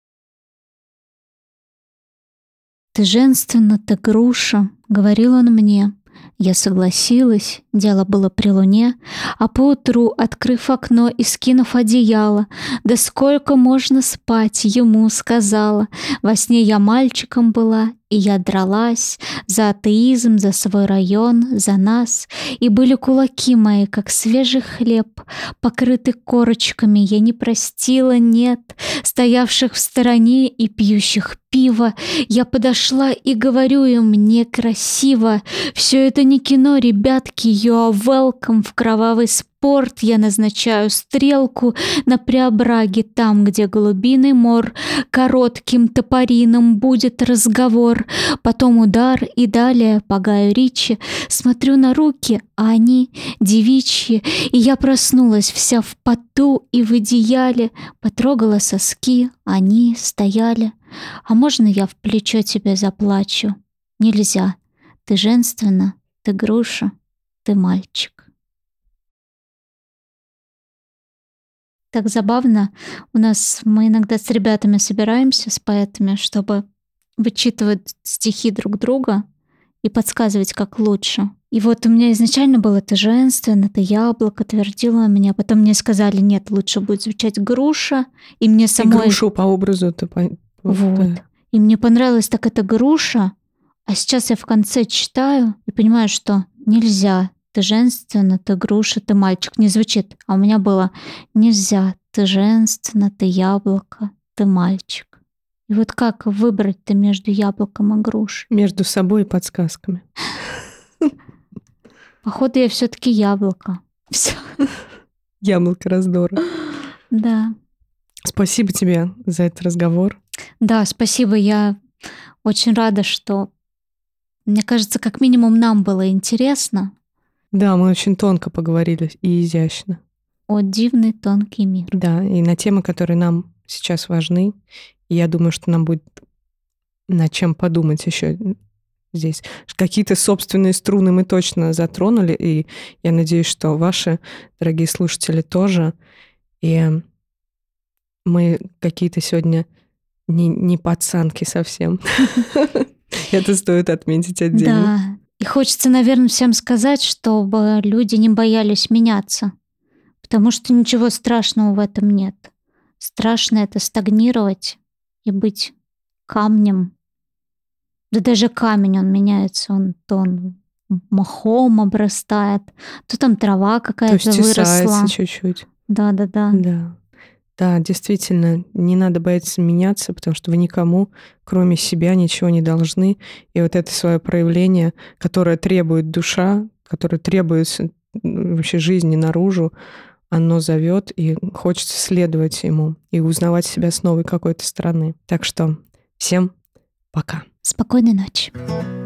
«Ты женственна, ты груша», — говорил он мне. Я согласилась, дело было при луне, а поутру, открыв окно и скинув одеяло, да сколько можно спать, ему сказала. Во сне я мальчиком была, и я дралась за атеизм, за свой район, за нас. И были кулаки мои, как свежий хлеб, покрыты корочками. Я не простила, нет, стоявших в стороне и пьющих пиво. Я подошла и говорю им: некрасиво. Все это не кино, ребятки, you are welcome в кровавый спор. порт я назначаю стрелку, на Преобраге, там, где голубиный мор, коротким топорином будет разговор, потом удар и далее по Гаю Ричи. Смотрю на руки, а они девичьи, и я проснулась вся в поту и в одеяле, потрогала соски, они стояли. А можно я в плечо тебе заплачу? Нельзя. Ты женственна, ты груша, ты мальчик. Так забавно. У нас мы иногда с ребятами собираемся, с поэтами, чтобы вычитывать стихи друг друга и подсказывать, как лучше. И вот у меня изначально было «ты женственно», «ты яблоко», твердила меня. Потом мне сказали, нет, лучше будет звучать груша. И мне самой... И грушу по образу ты... По... Вот. Да. И мне понравилась так эта груша. А сейчас я в конце читаю и понимаю, что нельзя. Ты женственно, ты груша, ты мальчик. Не звучит. А у меня было нельзя. Ты женственно, ты яблоко, ты мальчик. И вот как выбрать-то между яблоком и грушей? Между собой и подсказками. Походу, я все-таки яблоко. Все. Яблоко раздора. Да. Спасибо тебе за этот разговор. Да, спасибо. Я очень рада, что, мне кажется, как минимум нам было интересно. Да, мы очень тонко поговорили и изящно. О, дивный тонкий мир. Да, и на темы, которые нам сейчас важны. И я думаю, что нам будет над чем подумать еще здесь. Какие-то собственные струны мы точно затронули, и я надеюсь, что ваши, дорогие слушатели, тоже. И мы какие-то сегодня не, не пацанки совсем. Это стоит отметить отдельно. Да. И хочется, наверное, всем сказать, чтобы люди не боялись меняться, потому что ничего страшного в этом нет. Страшно это стагнировать и быть камнем. Да даже камень, он меняется, он то он мхом обрастает, то там трава какая-то выросла. То стесается чуть-чуть. Да-да-да. Да. Да, действительно, не надо бояться меняться, потому что вы никому, кроме себя, ничего не должны. И вот это свое проявление, которое требует душа, которое требует вообще жизни наружу, оно зовет, и хочется следовать ему и узнавать себя с новой какой-то стороны. Так что всем пока. Спокойной ночи.